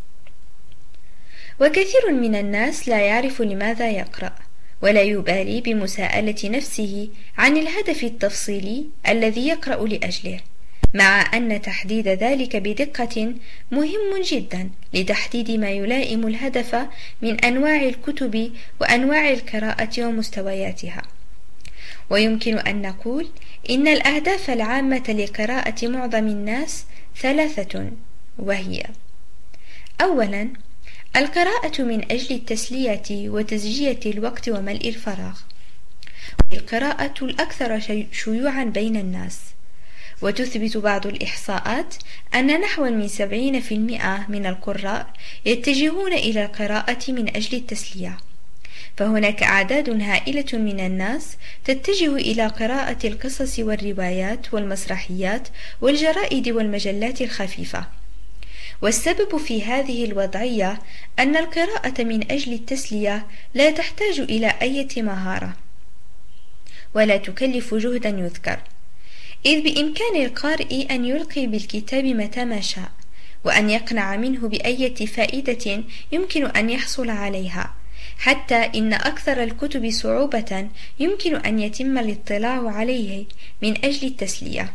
وكثير من الناس لا يعرف لماذا يقرأ، ولا يبالي بمساءلة نفسه عن الهدف التفصيلي الذي يقرأ لأجله، مع أن تحديد ذلك بدقة مهم جدا لتحديد ما يلائم الهدف من أنواع الكتب وأنواع القراءة ومستوياتها. ويمكن أن نقول إن الأهداف العامة لقراءة معظم الناس ثلاثة، وهي: أولا، القراءة من أجل التسلية وتزجية الوقت وملء الفراغ، القراءة الأكثر شيوعا بين الناس، وتثبت بعض الإحصاءات أن نحو من سبعين في المئة من القراء يتجهون إلى القراءة من أجل التسلية، فهناك أعداد هائلة من الناس تتجه إلى قراءة القصص والروايات والمسرحيات والجرائد والمجلات الخفيفة. والسبب في هذه الوضعية أن القراءة من أجل التسلية لا تحتاج إلى أي مهارة ولا تكلف جهدا يذكر، إذ بإمكان القارئ أن يلقي بالكتاب متى ما شاء، وأن يقنع منه بأية فائدة يمكن أن يحصل عليها، حتى إن أكثر الكتب صعوبة يمكن أن يتم الاطلاع عليه من أجل التسلية.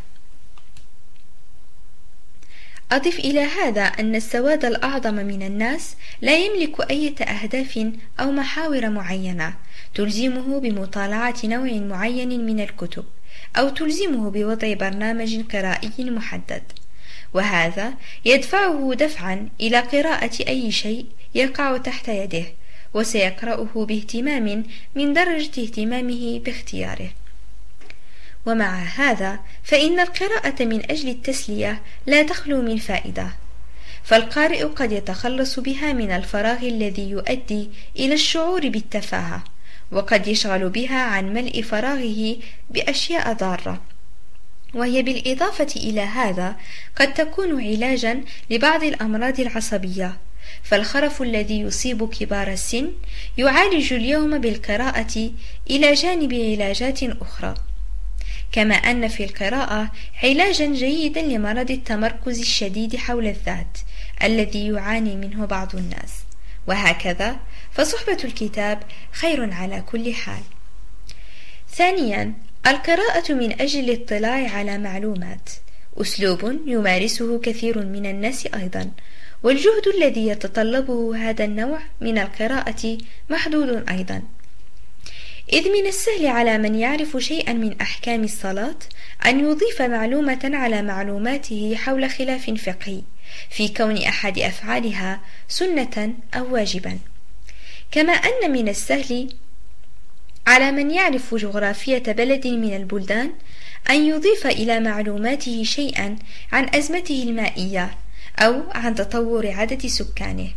أضف إلى هذا أن السواد الأعظم من الناس لا يملك أي أهداف أو محاور معينة تلزمه بمطالعة نوع معين من الكتب، أو تلزمه بوضع برنامج قرائي محدد، وهذا يدفعه دفعا إلى قراءة أي شيء يقع تحت يده، وسيقرأه باهتمام من درجة اهتمامه باختياره. ومع هذا فإن القراءة من أجل التسلية لا تخلو من فائدة، فالقارئ قد يتخلص بها من الفراغ الذي يؤدي إلى الشعور بالتفاهة، وقد يشغل بها عن ملء فراغه بأشياء ضارة، وهي بالإضافة إلى هذا قد تكون علاجا لبعض الأمراض العصبية فالخرف الذي يصيب كبار السن يعالج اليوم بالقراءة إلى جانب علاجات أخرى، كما أن في القراءة علاجا جيدا لمرض التمركز الشديد حول الذات الذي يعاني منه بعض الناس، وهكذا فصحبة الكتاب خير على كل حال. ثانيا، القراءة من أجل الاطلاع على معلومات، أسلوب يمارسه كثير من الناس أيضا، والجهد الذي يتطلبه هذا النوع من القراءة محدود أيضا، إذ من السهل على من يعرف شيئا من أحكام الصلاة أن يضيف معلومة على معلوماته حول خلاف فقهي في كون أحد أفعالها سنة أو واجبا، كما أن من السهل على من يعرف جغرافية بلد من البلدان أن يضيف إلى معلوماته شيئا عن أزمته المائية أو عن تطور عدد سكانه.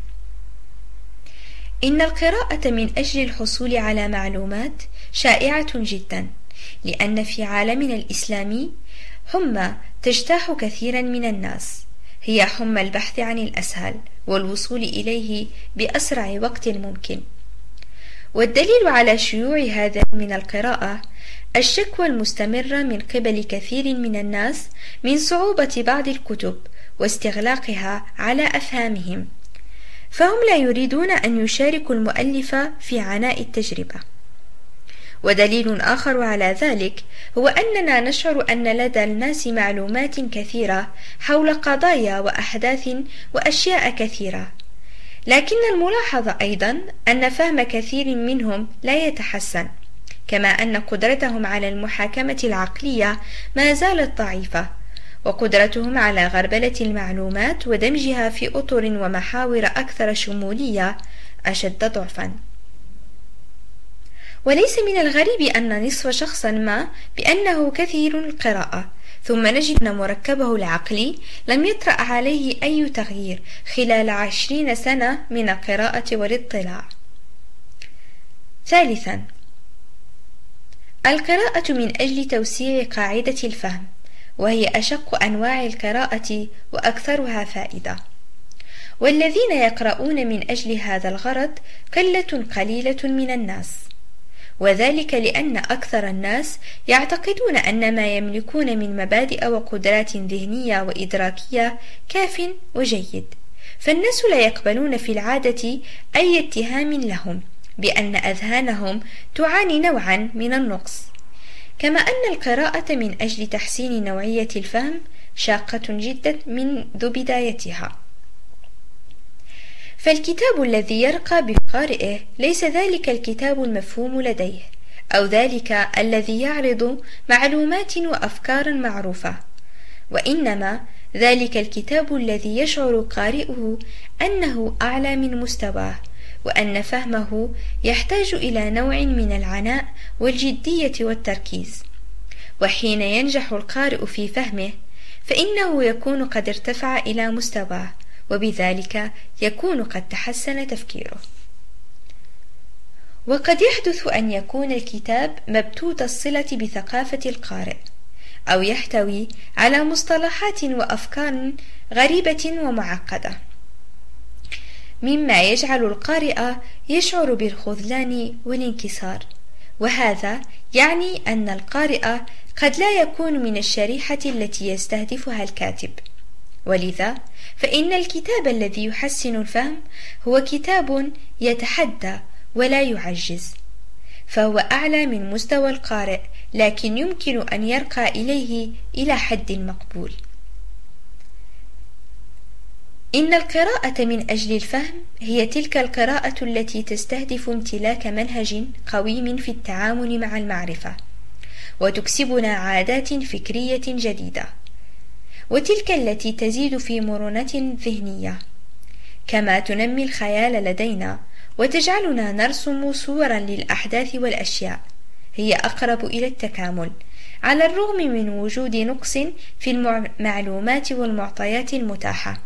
إن القراءة من أجل الحصول على معلومات شائعة جدا، لأن في عالمنا الإسلامي حمى تجتاح كثيرا من الناس، هي حمى البحث عن الأسهل والوصول إليه بأسرع وقت ممكن. والدليل على شيوع هذا من القراءة الشكوى المستمرة من قبل كثير من الناس من صعوبة بعض الكتب واستغلاقها على أفهامهم، فهم لا يريدون أن يشاركوا المؤلف في عناء التجربة. ودليل آخر على ذلك هو أننا نشعر أن لدى الناس معلومات كثيرة حول قضايا وأحداث وأشياء كثيرة، لكن الملاحظ أيضا أن فهم كثير منهم لا يتحسن، كما أن قدرتهم على المحاكمة العقلية ما زالت ضعيفة، وقدرتهم على غربلة المعلومات ودمجها في أطر ومحاور أكثر شمولية أشد ضعفا. وليس من الغريب أن نصف شخصا ما بأنه كثير القراءة، ثم نجد أن مركبه العقلي لم يطرأ عليه أي تغيير خلال عشرين سنة من القراءة والاطلاع. ثالثا، القراءة من أجل توسيع قاعدة الفهم، وهي أشق أنواع القراءة وأكثرها فائدة، والذين يقرؤون من أجل هذا الغرض قلة قليلة من الناس، وذلك لأن أكثر الناس يعتقدون أن ما يملكون من مبادئ وقدرات ذهنية وإدراكية كاف وجيد، فالناس لا يقبلون في العادة أي اتهام لهم بأن أذهانهم تعاني نوعا من النقص، كما أن القراءة من أجل تحسين نوعية الفهم شاقة جدا منذ بدايتها. فالكتاب الذي يرقى بقارئه ليس ذلك الكتاب المفهوم لديه، أو ذلك الذي يعرض معلومات وأفكار معروفة، وإنما ذلك الكتاب الذي يشعر قارئه أنه أعلى من مستواه، وأن فهمه يحتاج إلى نوع من العناء والجدية والتركيز. وحين ينجح القارئ في فهمه فإنه يكون قد ارتفع إلى مستواه، وبذلك يكون قد تحسن تفكيره. وقد يحدث أن يكون الكتاب مبتوت الصلة بثقافة القارئ، أو يحتوي على مصطلحات وأفكار غريبة ومعقدة، مما يجعل القارئ يشعر بالخذلان والانكسار، وهذا يعني أن القارئ قد لا يكون من الشريحة التي يستهدفها الكاتب. ولذا فإن الكتاب الذي يحسن الفهم هو كتاب يتحدى ولا يعجز، فهو أعلى من مستوى القارئ، لكن يمكن أن يرقى إليه إلى حد مقبول. إن القراءة من أجل الفهم هي تلك القراءة التي تستهدف امتلاك منهج قويم في التعامل مع المعرفة، وتكسبنا عادات فكرية جديدة، وتلك التي تزيد في مرونة ذهنية، كما تنمي الخيال لدينا وتجعلنا نرسم صورا للأحداث والأشياء هي أقرب إلى التكامل، على الرغم من وجود نقص في المعلومات والمعطيات المتاحة.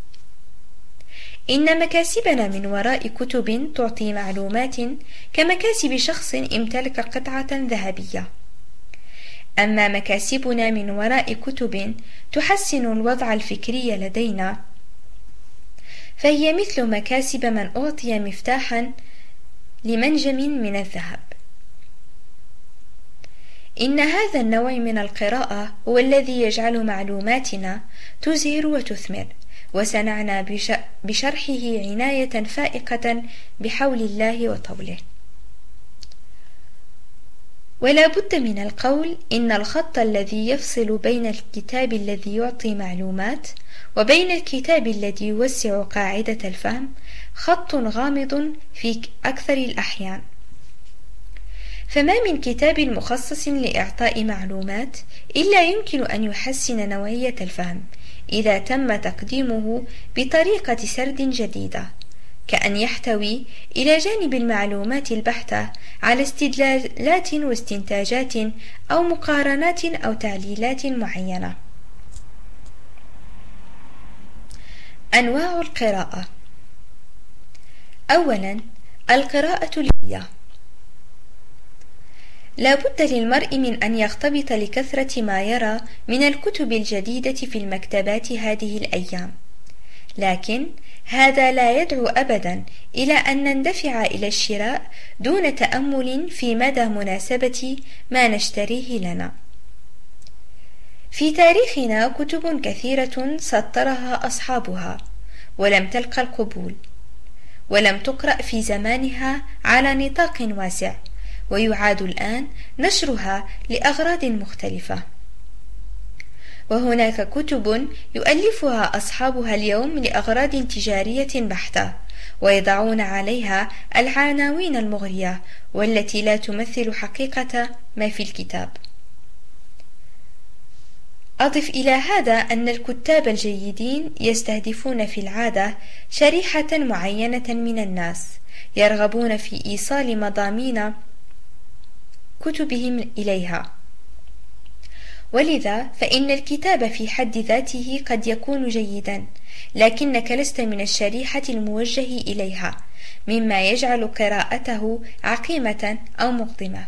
إن مكاسبنا من وراء كتب تعطي معلومات كمكاسب شخص امتلك قطعة ذهبية، أما مكاسبنا من وراء كتب تحسن الوضع الفكري لدينا فهي مثل مكاسب من أعطي مفتاحا لمنجم من الذهب. إن هذا النوع من القراءة هو الذي يجعل معلوماتنا تزهر وتثمر، وسنعنى بشرحه عناية فائقة بحول الله وطوله. ولا بد من القول إن الخط الذي يفصل بين الكتاب الذي يعطي معلومات وبين الكتاب الذي يوسع قاعدة الفهم خط غامض في أكثر الأحيان، فما من كتاب مخصص لإعطاء معلومات إلا يمكن أن يحسن نوعية الفهم إذا تم تقديمه بطريقة سرد جديدة، كأن يحتوي إلى جانب المعلومات البحتة على استدلالات واستنتاجات أو مقارنات أو تعليلات معينة. أنواع القراءة. أولا، القراءة اليومية. لا بد للمرء من أن يختبط لكثرة ما يرى من الكتب الجديدة في المكتبات هذه الأيام، لكن هذا لا يدعو أبدا إلى أن نندفع إلى الشراء دون تأمل في مدى مناسبة ما نشتريه لنا. في تاريخنا كتب كثيرة سطرها أصحابها ولم تلقى القبول، ولم تقرأ في زمانها على نطاق واسع، ويعاد الآن نشرها لأغراض مختلفة. وهناك كتب يؤلفها أصحابها اليوم لأغراض تجارية بحتة، ويضعون عليها العناوين المغرية والتي لا تمثل حقيقة ما في الكتاب. أضف إلى هذا أن الكتاب الجيدين يستهدفون في العادة شريحة معينة من الناس يرغبون في إيصال مضامين كتبهم إليها، ولذا فإن الكتاب في حد ذاته قد يكون جيدا، لكنك لست من الشريحة الموجه إليها، مما يجعل قراءته عقيمة أو مقدمة.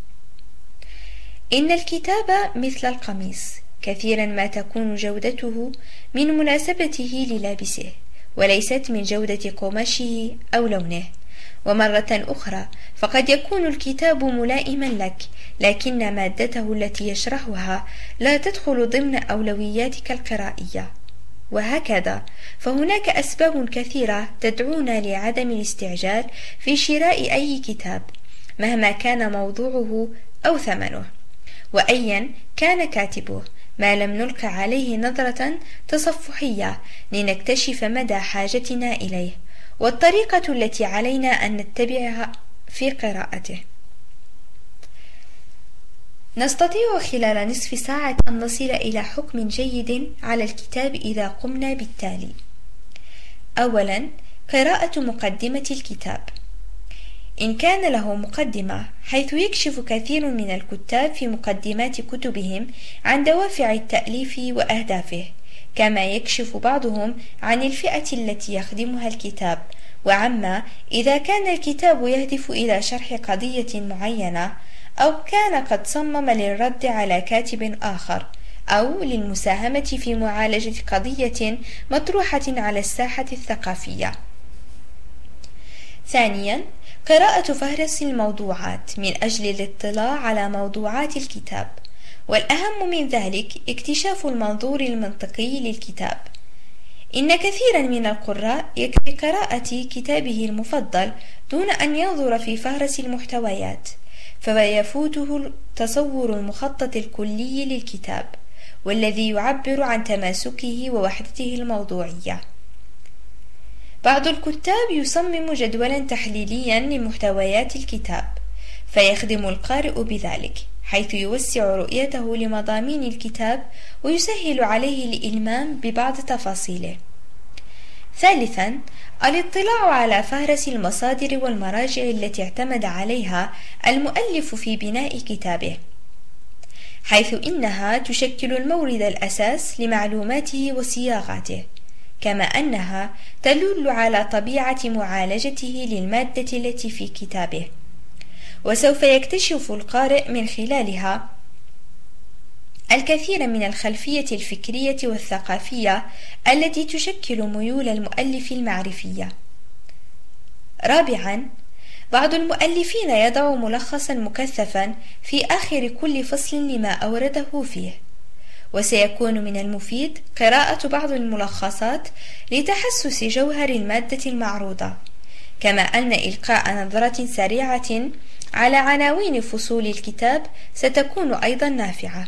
إن الكتاب مثل القميص، كثيرا ما تكون جودته من مناسبته للابسه، وليست من جودة قماشه أو لونه. ومرة أخرى فقد يكون الكتاب ملائما لك، لكن مادته التي يشرحها لا تدخل ضمن أولوياتك القرائية. وهكذا فهناك أسباب كثيرة تدعونا لعدم الاستعجال في شراء أي كتاب مهما كان موضوعه أو ثمنه، وأيا كان كاتبه، ما لم نلقي عليه نظرة تصفحية لنكتشف مدى حاجتنا إليه والطريقة التي علينا أن نتبعها في قراءته. نستطيع خلال نصف ساعة أن نصل إلى حكم جيد على الكتاب إذا قمنا بالتالي. أولا، قراءة مقدمة الكتاب. إن كان له مقدمة، حيث يكشف كثير من الكتاب في مقدمات كتبهم عن دوافع التأليف وأهدافه، كما يكشف بعضهم عن الفئة التي يخدمها الكتاب، وعما إذا كان الكتاب يهدف إلى شرح قضية معينة، أو كان قد صمم للرد على كاتب آخر، أو للمساهمة في معالجة قضية مطروحة على الساحة الثقافية. ثانيا، قراءة فهرس الموضوعات من أجل الاطلاع على موضوعات الكتاب، والأهم من ذلك اكتشاف المنظور المنطقي للكتاب. إن كثيرا من القراء يكفي قراءة كتابه المفضل دون أن ينظر في فهرس المحتويات، فيفوته التصور المخطط الكلي للكتاب، والذي يعبر عن تماسكه ووحدته الموضوعية. بعض الكتاب يصمم جدولا تحليليا لمحتويات الكتاب، فيخدم القارئ بذلك، حيث يوسع رؤيته لمضامين الكتاب ويسهل عليه الإلمام ببعض تفاصيله. ثالثا، الاطلاع على فهرس المصادر والمراجع التي اعتمد عليها المؤلف في بناء كتابه، حيث إنها تشكل المورد الأساس لمعلوماته وصياغاته، كما أنها تدل على طبيعة معالجته للمادة التي في كتابه، وسوف يكتشف القارئ من خلالها الكثير من الخلفية الفكرية والثقافية التي تشكل ميول المؤلف المعرفية. رابعا، بعض المؤلفين يضع ملخصا مكثفا في آخر كل فصل لما أورده فيه، وسيكون من المفيد قراءة بعض الملخصات لتحسس جوهر المادة المعروضة، كما أن إلقاء نظرة سريعة على عناوين فصول الكتاب ستكون أيضا نافعة.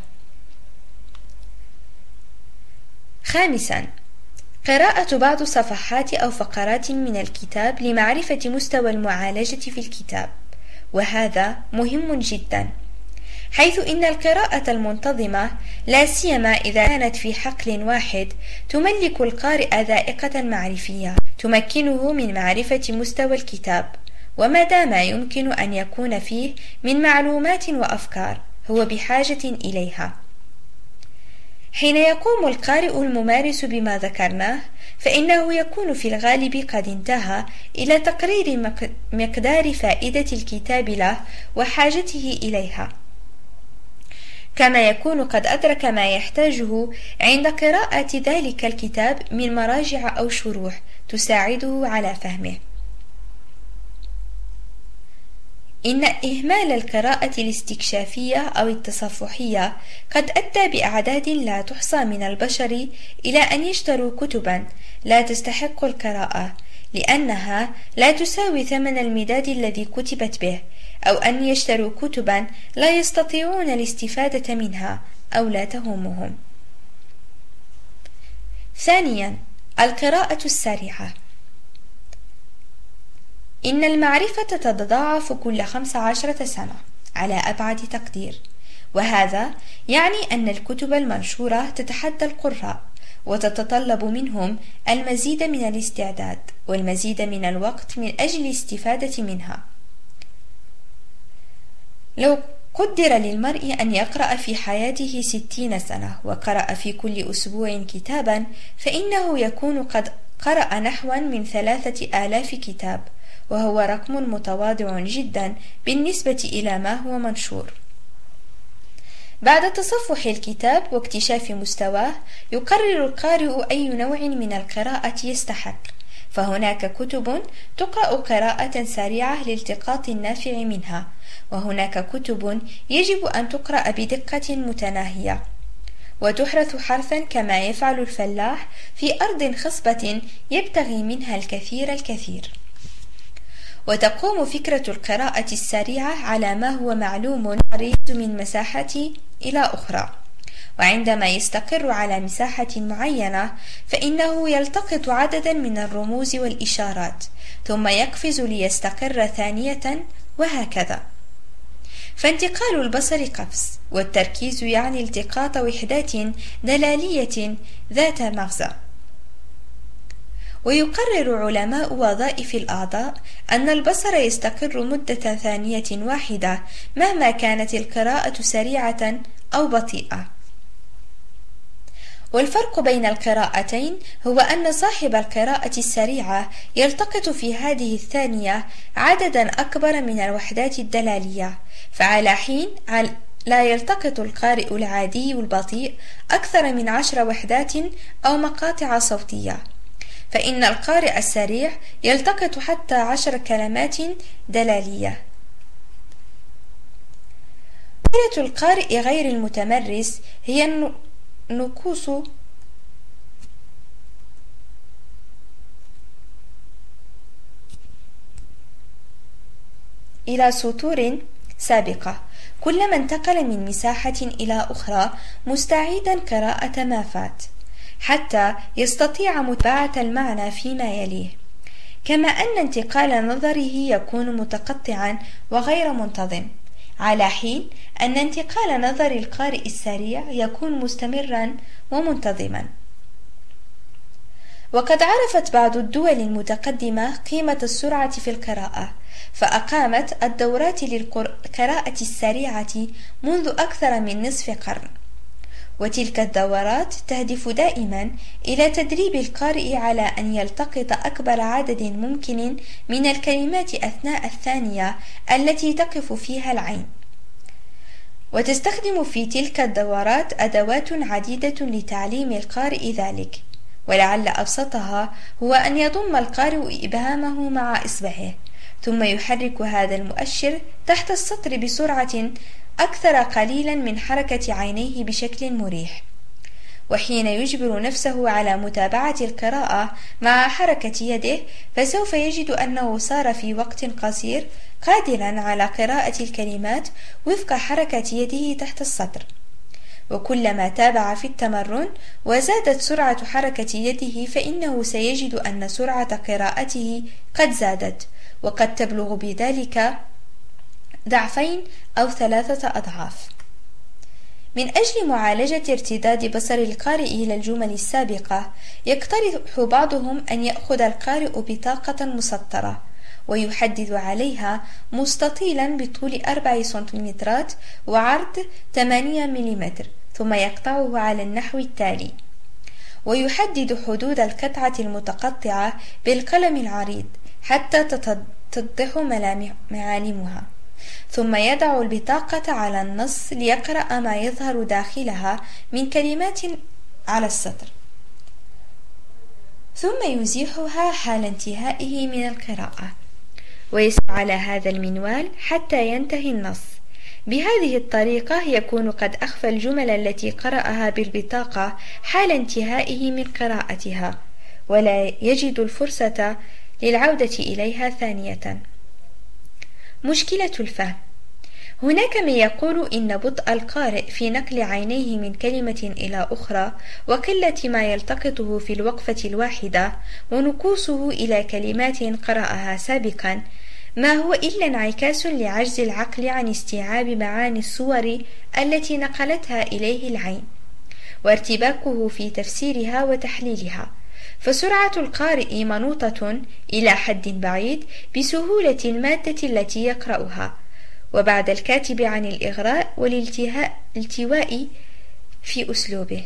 خامسا، قراءة بعض صفحات أو فقرات من الكتاب لمعرفة مستوى المعالجة في الكتاب، وهذا مهم جدا، حيث إن القراءة المنتظمة لا سيما إذا كانت في حقل واحد تملك القارئ ذائقة معرفية تمكنه من معرفة مستوى الكتاب ومدى ما يمكن أن يكون فيه من معلومات وأفكار هو بحاجة إليها. حين يقوم القارئ الممارس بما ذكرناه، فإنه يكون في الغالب قد انتهى إلى تقرير مقدار فائدة الكتاب له وحاجته إليها، كما يكون قد أدرك ما يحتاجه عند قراءة ذلك الكتاب من مراجع أو شروح تساعده على فهمه. إن إهمال القراءة الاستكشافية أو التصفحية قد أدى بأعداد لا تحصى من البشر إلى أن يشتروا كتبا لا تستحق القراءة لأنها لا تساوي ثمن المداد الذي كتبت به، أو أن يشتروا كتبا لا يستطيعون الاستفادة منها أو لا تهمهم. ثانيا، القراءة السريعة. إن المعرفة تتضاعف كل خمس عشرة سنة على أبعد تقدير، وهذا يعني أن الكتب المنشورة تتحدى القراء وتتطلب منهم المزيد من الاستعداد والمزيد من الوقت من أجل الاستفادة منها. لو قدر للمرء أن يقرأ في حياته ستين سنة وقرأ في كل أسبوع كتابا، فإنه يكون قد قرأ نحو من ثلاثة آلاف كتاب، وهو رقم متواضع جدا بالنسبة إلى ما هو منشور. بعد تصفح الكتاب واكتشاف مستواه، يقرر القارئ أي نوع من القراءة يستحق، فهناك كتب تقرأ قراءة سريعة لالتقاط النافع منها، وهناك كتب يجب أن تقرأ بدقة متناهية وتحرث حرثا كما يفعل الفلاح في أرض خصبة يبتغي منها الكثير الكثير. وتقوم فكرة القراءة السريعة على ما هو معلوم عريض من مساحة إلى أخرى، وعندما يستقر على مساحة معينة فإنه يلتقط عددا من الرموز والإشارات ثم يقفز ليستقر ثانية، وهكذا. فانتقال البصر قفز، والتركيز يعني التقاط وحدات دلالية ذات مغزى. ويقرر علماء وظائف الأعضاء أن البصر يستقر مدة ثانية واحدة مهما كانت القراءة سريعة أو بطيئة. والفرق بين القراءتين هو أن صاحب القراءة السريعة يلتقط في هذه الثانية عددا أكبر من الوحدات الدلالية، فعلى حين لا يلتقط القارئ العادي البطيء أكثر من عشر وحدات أو مقاطع صوتية، فإن القارئ السريع يلتقط حتى عشر كلمات دلالية. حالة القارئ غير المتمرس هي النكوص إلى سطور سابقة كلما انتقل من مساحة إلى أخرى مستعيدا قراءة ما فات، حتى يستطيع متابعة المعنى فيما يليه، كما أن انتقال نظره يكون متقطعا وغير منتظم، على حين أن انتقال نظر القارئ السريع يكون مستمرا ومنتظما. وقد عرفت بعض الدول المتقدمة قيمة السرعة في القراءة، فأقامت الدورات للقراءة السريعة منذ أكثر من نصف قرن، وتلك الدورات تهدف دائما إلى تدريب القارئ على أن يلتقط أكبر عدد ممكن من الكلمات أثناء الثانية التي تقف فيها العين. وتستخدم في تلك الدورات أدوات عديدة لتعليم القارئ ذلك، ولعل أبسطها هو أن يضم القارئ إبهامه مع إصبعه، ثم يحرك هذا المؤشر تحت السطر بسرعة أكثر قليلا من حركة عينيه بشكل مريح، وحين يجبر نفسه على متابعة القراءة مع حركة يده فسوف يجد أنه صار في وقت قصير قادرا على قراءة الكلمات وفق حركة يده تحت السطر. وكلما تابع في التمرن وزادت سرعة حركة يده فإنه سيجد أن سرعة قراءته قد زادت، وقد تبلغ بذلك ضعفين أو ثلاثة أضعاف. من أجل معالجة ارتداد بصر القارئ إلى الجمل السابقة، يقترح بعضهم أن يأخذ القارئ بطاقة مسطرة ويحدد عليها مستطيلا بطول أربع سنتيمترات وعرض ثمانية مليمتر، ثم يقطعه على النحو التالي: ويحدد حدود القطعة المتقطعة بالقلم العريض حتى تتضح معالمها، ثم يضع البطاقة على النص ليقرأ ما يظهر داخلها من كلمات على السطر، ثم يزيحها حال انتهائه من القراءة، ويسعى على هذا المنوال حتى ينتهي النص. بهذه الطريقة يكون قد أخفى الجمل التي قرأها بالبطاقة حال انتهائه من قراءتها، ولا يجد الفرصة للعودة إليها ثانية. مشكلة الفهم: هناك من يقول إن بطء القارئ في نقل عينيه من كلمة إلى أخرى وقلة ما يلتقطه في الوقفة الواحدة ونقوصه إلى كلمات قرأها سابقا ما هو إلا انعكاس لعجز العقل عن استيعاب معاني الصور التي نقلتها إليه العين، وارتباكه في تفسيرها وتحليلها، فسرعة القارئ منوطة إلى حد بعيد بسهولة المادة التي يقرأها، وبعد الكاتب عن الإغراء والالتواء في أسلوبه.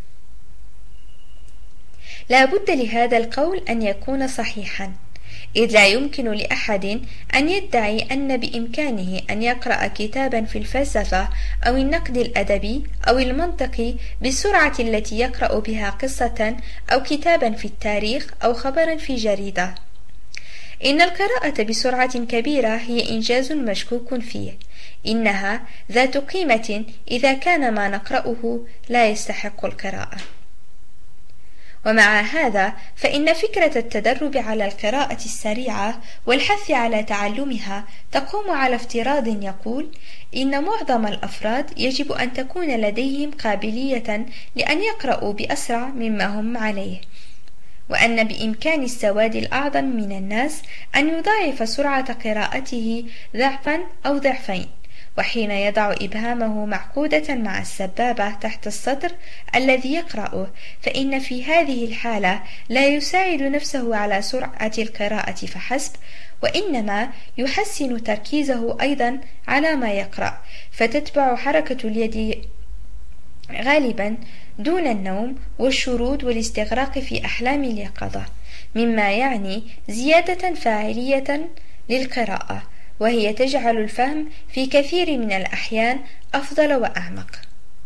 لا بد لهذا القول أن يكون صحيحا، إذ لا يمكن لأحد أن يدعي أن بإمكانه أن يقرأ كتابا في الفلسفة أو النقد الأدبي أو المنطق بالسرعة التي يقرأ بها قصة أو كتابا في التاريخ أو خبرا في جريدة. إن القراءة بسرعة كبيرة هي إنجاز مشكوك فيه، إنها ذات قيمة إذا كان ما نقرأه لا يستحق القراءة. ومع هذا فإن فكرة التدرب على القراءة السريعة والحث على تعلمها تقوم على افتراض يقول إن معظم الأفراد يجب أن تكون لديهم قابلية لأن يقرأوا بأسرع مما هم عليه، وأن بإمكان السواد الأعظم من الناس أن يضاعف سرعة قراءته ضعفا أو ضعفين. وحين يضع إبهامه معقودة مع السبابة تحت السطر الذي يقرأه فإن في هذه الحالة لا يساعد نفسه على سرعة القراءة فحسب، وإنما يحسن تركيزه أيضا على ما يقرأ، فتتبع حركة اليد غالبا دون النوم والشرود والاستغراق في أحلام اليقظة، مما يعني زيادة فاعلية للقراءة، وهي تجعل الفهم في كثير من الأحيان أفضل وأعمق.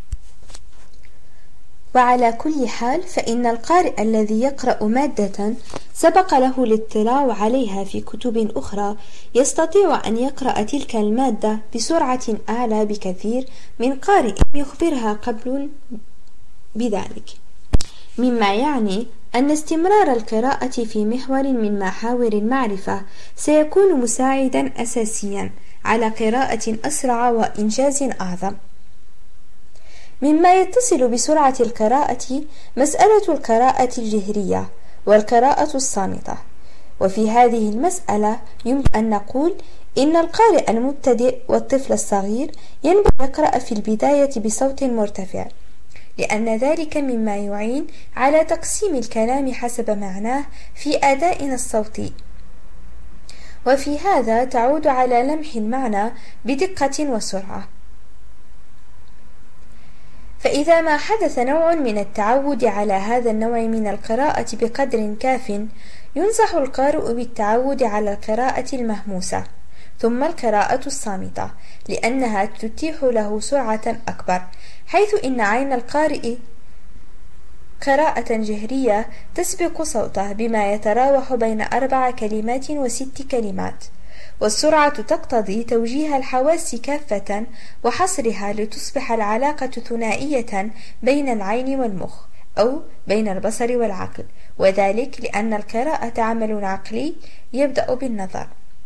وعلى كل حال فإن القارئ الذي يقرأ مادة سبق له الاطلاع عليها في كتب أخرى يستطيع أن يقرأ تلك المادة بسرعة أعلى بكثير من قارئ يخبرها قبل بذلك، مما يعني أن استمرار القراءة في محور من محاور المعرفة سيكون مساعدا أساسيا على قراءة أسرع وإنجاز أعظم. مما يتصل بسرعة القراءة مسألة القراءة الجهرية والقراءة الصامتة، وفي هذه المسألة يمكن أن نقول إن القارئ المبتدئ والطفل الصغير ينبغي يقرأ في البداية بصوت مرتفع، لأن ذلك مما يعين على تقسيم الكلام حسب معناه في أدائنا الصوتي، وفي هذا تعود على لمح المعنى بدقة وسرعة. فإذا ما حدث نوع من التعود على هذا النوع من القراءة بقدر كاف، ينصح القارئ بالتعود على القراءة المهموسة، ثم القراءة الصامتة لأنها تتيح له سرعة أكبر، حيث إن عين القارئ قراءة جهرية تسبق صوته بما يتراوح بين أربع كلمات وست كلمات، والسرعة تقتضي توجيه الحواس كافة وحصرها لتصبح العلاقة ثنائية بين العين والمخ أو بين البصر والعقل، وذلك لأن القراءة عمل عقلي يبدأ بالنظر.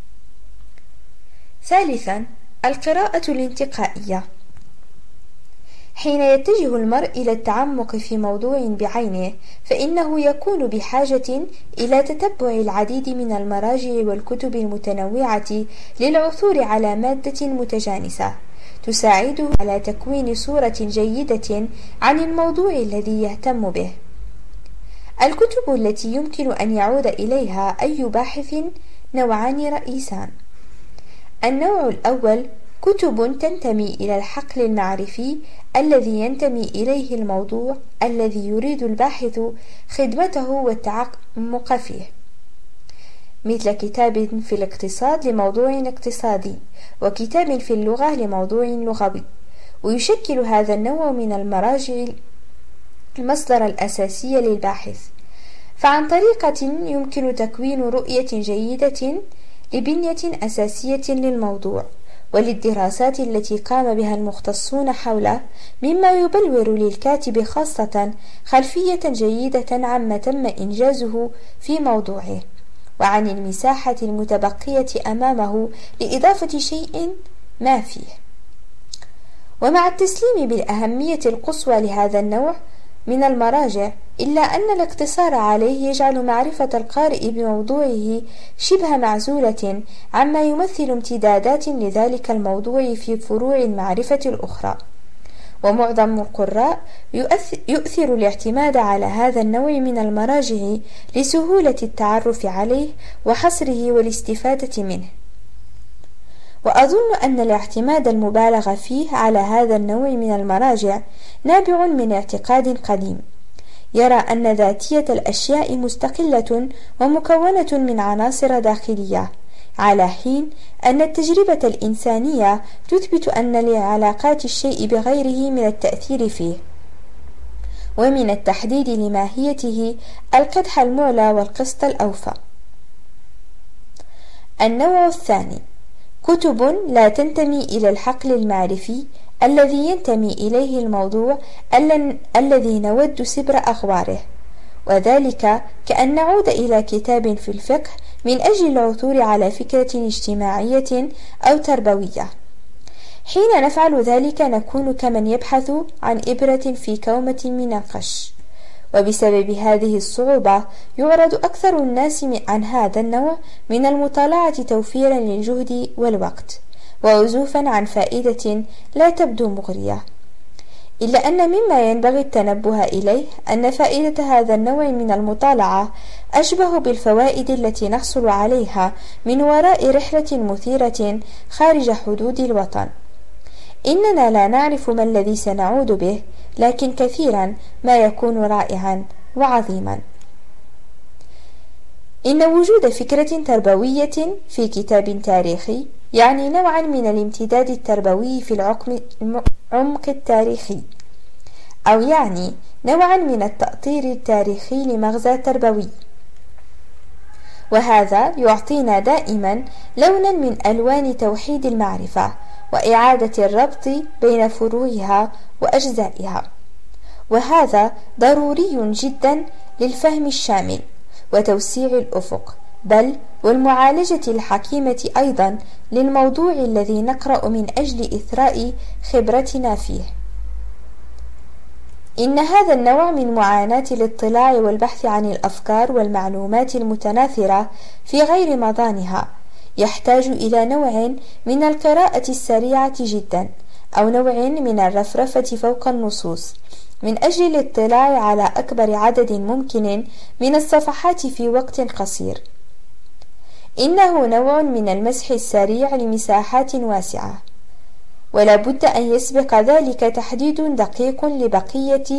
ثالثا، القراءة الانتقائية. حين يتجه المرء إلى التعمق في موضوع بعينه فإنه يكون بحاجة إلى تتبع العديد من المراجع والكتب المتنوعة للعثور على مادة متجانسة تساعده على تكوين صورة جيدة عن الموضوع الذي يهتم به. الكتب التي يمكن أن يعود إليها أي باحث نوعان رئيسان. النوع الأول كتب تنتمي إلى الحقل المعرفي الذي ينتمي إليه الموضوع الذي يريد الباحث خدمته والتعمق فيه، مثل كتاب في الاقتصاد لموضوع اقتصادي، وكتاب في اللغة لموضوع لغوي. ويشكل هذا النوع من المراجع المصدر الأساسي للباحث، فعن طريقة يمكن تكوين رؤية جيدة لبنية أساسية للموضوع وللدراسات التي قام بها المختصون حوله، مما يبلور للكاتب خاصة خلفية جيدة عما تم إنجازه في موضوعه وعن المساحة المتبقية أمامه لإضافة شيء ما فيه. ومع التسليم بالأهمية القصوى لهذا النوع من المراجع، إلا أن الاقتصار عليه يجعل معرفة القارئ بموضوعه شبه معزولة عما يمثل امتدادات لذلك الموضوع في فروع المعرفة الأخرى. ومعظم القراء يؤثر الاعتماد على هذا النوع من المراجع لسهولة التعرف عليه وحصره والاستفادة منه. وأظن أن الاعتماد المبالغ فيه على هذا النوع من المراجع نابع من اعتقاد قديم يرى أن ذاتية الأشياء مستقلة ومكونة من عناصر داخلية، على حين أن التجربة الإنسانية تثبت أن لعلاقات الشيء بغيره من التأثير فيه ومن التحديد لماهيته القدح المعلى والقسط الأوفى. النوع الثاني كتب لا تنتمي إلى الحقل المعرفي الذي ينتمي إليه الموضوع الذي نود سبر أخباره، وذلك كأن نعود إلى كتاب في الفقه من أجل العثور على فكرة اجتماعية أو تربوية. حين نفعل ذلك نكون كمن يبحث عن إبرة في كومة من القش، وبسبب هذه الصعوبة يعرض أكثر الناس عن هذا النوع من المطالعة توفيرا للجهد والوقت وعزوفا عن فائدة لا تبدو مغرية. إلا أن مما ينبغي التنبه إليه أن فائدة هذا النوع من المطالعة أشبه بالفوائد التي نحصل عليها من وراء رحلة مثيرة خارج حدود الوطن. إننا لا نعرف ما الذي سنعود به، لكن كثيرا ما يكون رائعا وعظيما. إن وجود فكرة تربوية في كتاب تاريخي يعني نوعا من الامتداد التربوي في العمق التاريخي، أو يعني نوعا من التأطير التاريخي لمغزى تربوي، وهذا يعطينا دائما لونا من ألوان توحيد المعرفة وإعادة الربط بين فروعها وأجزائها، وهذا ضروري جدا للفهم الشامل وتوسيع الأفق، بل والمعالجة الحكيمة أيضا للموضوع الذي نقرأ من أجل إثراء خبرتنا فيه. إن هذا النوع من معاناة الاطلاع والبحث عن الأفكار والمعلومات المتناثرة في غير مضانها يحتاج إلى نوع من القراءة السريعة جدا، أو نوع من الرفرفة فوق النصوص من أجل الاطلاع على أكبر عدد ممكن من الصفحات في وقت قصير. إنه نوع من المسح السريع لمساحات واسعة، ولا بد أن يسبق ذلك تحديد دقيق لبقية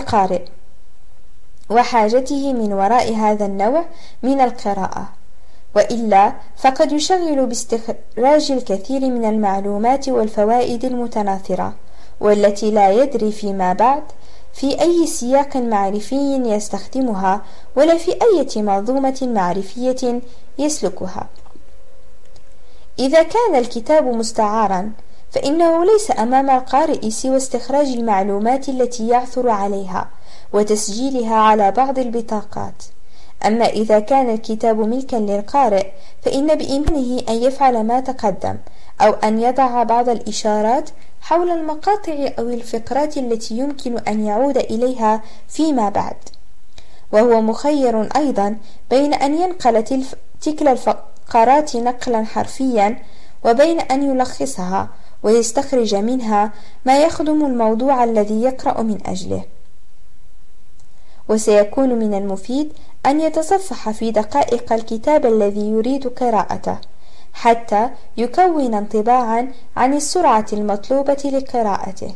القارئ وحاجته من وراء هذا النوع من القراءة، وإلا فقد يشغل باستخراج الكثير من المعلومات والفوائد المتناثرة، والتي لا يدري فيما بعد في أي سياق معرفي يستخدمها ولا في أي منظومة معرفية يسلكها. إذا كان الكتاب مستعارا فإنه ليس أمام القارئ سوى استخراج المعلومات التي يعثر عليها وتسجيلها على بعض البطاقات. أما إذا كان الكتاب ملكا للقارئ فإن بإمكانه أن يفعل ما تقدم، أو أن يضع بعض الإشارات حول المقاطع أو الفقرات التي يمكن أن يعود إليها فيما بعد. وهو مخير أيضا بين أن ينقل تلك الفقرات نقلا حرفيا، وبين أن يلخصها ويستخرج منها ما يخدم الموضوع الذي يقرأ من أجله. وسيكون من المفيد أن يتصفح في دقائق الكتاب الذي يريد قراءته حتى يكون انطباعا عن السرعة المطلوبة لقراءته.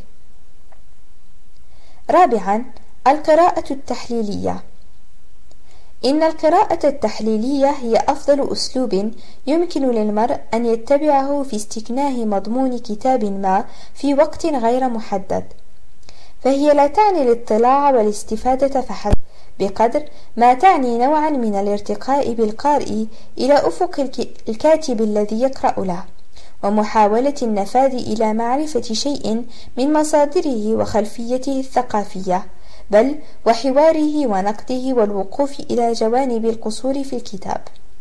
رابعا، القراءة التحليلية. إن القراءة التحليلية هي أفضل أسلوب يمكن للمرء أن يتبعه في استكناه مضمون كتاب ما في وقت غير محدد، فهي لا تعني الاطلاع والاستفادة فحسب، بقدر ما تعني نوعا من الارتقاء بالقارئ إلى أفق الكاتب الذي يقرأ له، ومحاولة النفاذ إلى معرفة شيء من مصادره وخلفيته الثقافية، بل وحواره ونقده والوقوف إلى جوانب القصور في الكتاب.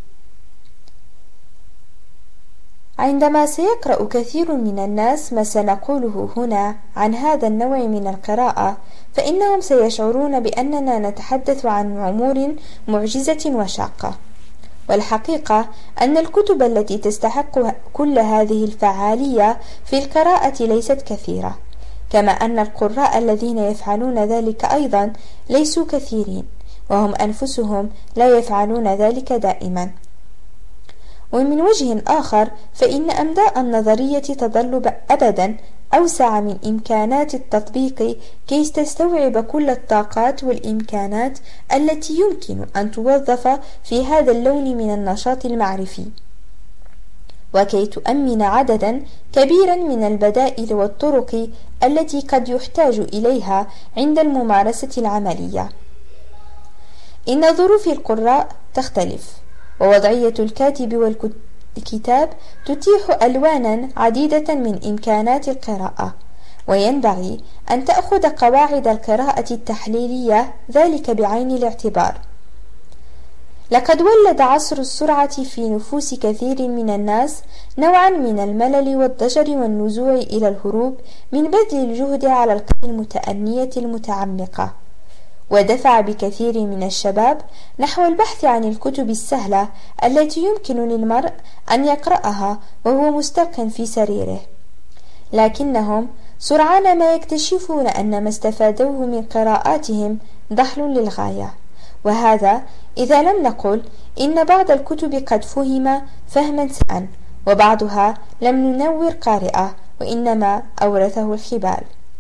عندما سيقرأ كثير من الناس ما سنقوله هنا عن هذا النوع من القراءة، فإنهم سيشعرون بأننا نتحدث عن أمور معجزة وشاقة. والحقيقة أن الكتب التي تستحق كل هذه الفعالية في القراءة ليست كثيرة، كما أن القراء الذين يفعلون ذلك أيضا ليسوا كثيرين، وهم أنفسهم لا يفعلون ذلك دائما. ومن وجه آخر فإن أمداء النظرية تظل أبدا أوسع من إمكانات التطبيق كي تستوعب كل الطاقات والإمكانات التي يمكن أن توظف في هذا اللون من النشاط المعرفي، وكي تؤمن عددا كبيرا من البدائل والطرق التي قد يحتاج إليها عند الممارسة العملية. إن ظروف القراء تختلف، ووضعية الكاتب والكتاب تتيح ألوانا عديدة من إمكانات القراءة، وينبغي أن تأخذ قواعد القراءة التحليلية ذلك بعين الاعتبار. لقد ولد عصر السرعة في نفوس كثير من الناس نوعا من الملل والضجر والنزوع إلى الهروب من بذل الجهد على القراءة المتأنية المتعمقة، ودفع بكثير من الشباب نحو البحث عن الكتب السهلة التي يمكن للمرء أن يقرأها وهو مستلق في سريره. لكنهم سرعان ما يكتشفون أن ما استفادوه من قراءاتهم ضحل للغاية، وهذا إذا لم نقل إن بعض الكتب قد فهم فهما سيئا، وبعضها لم ننور قارئه وإنما أورثه الخبال.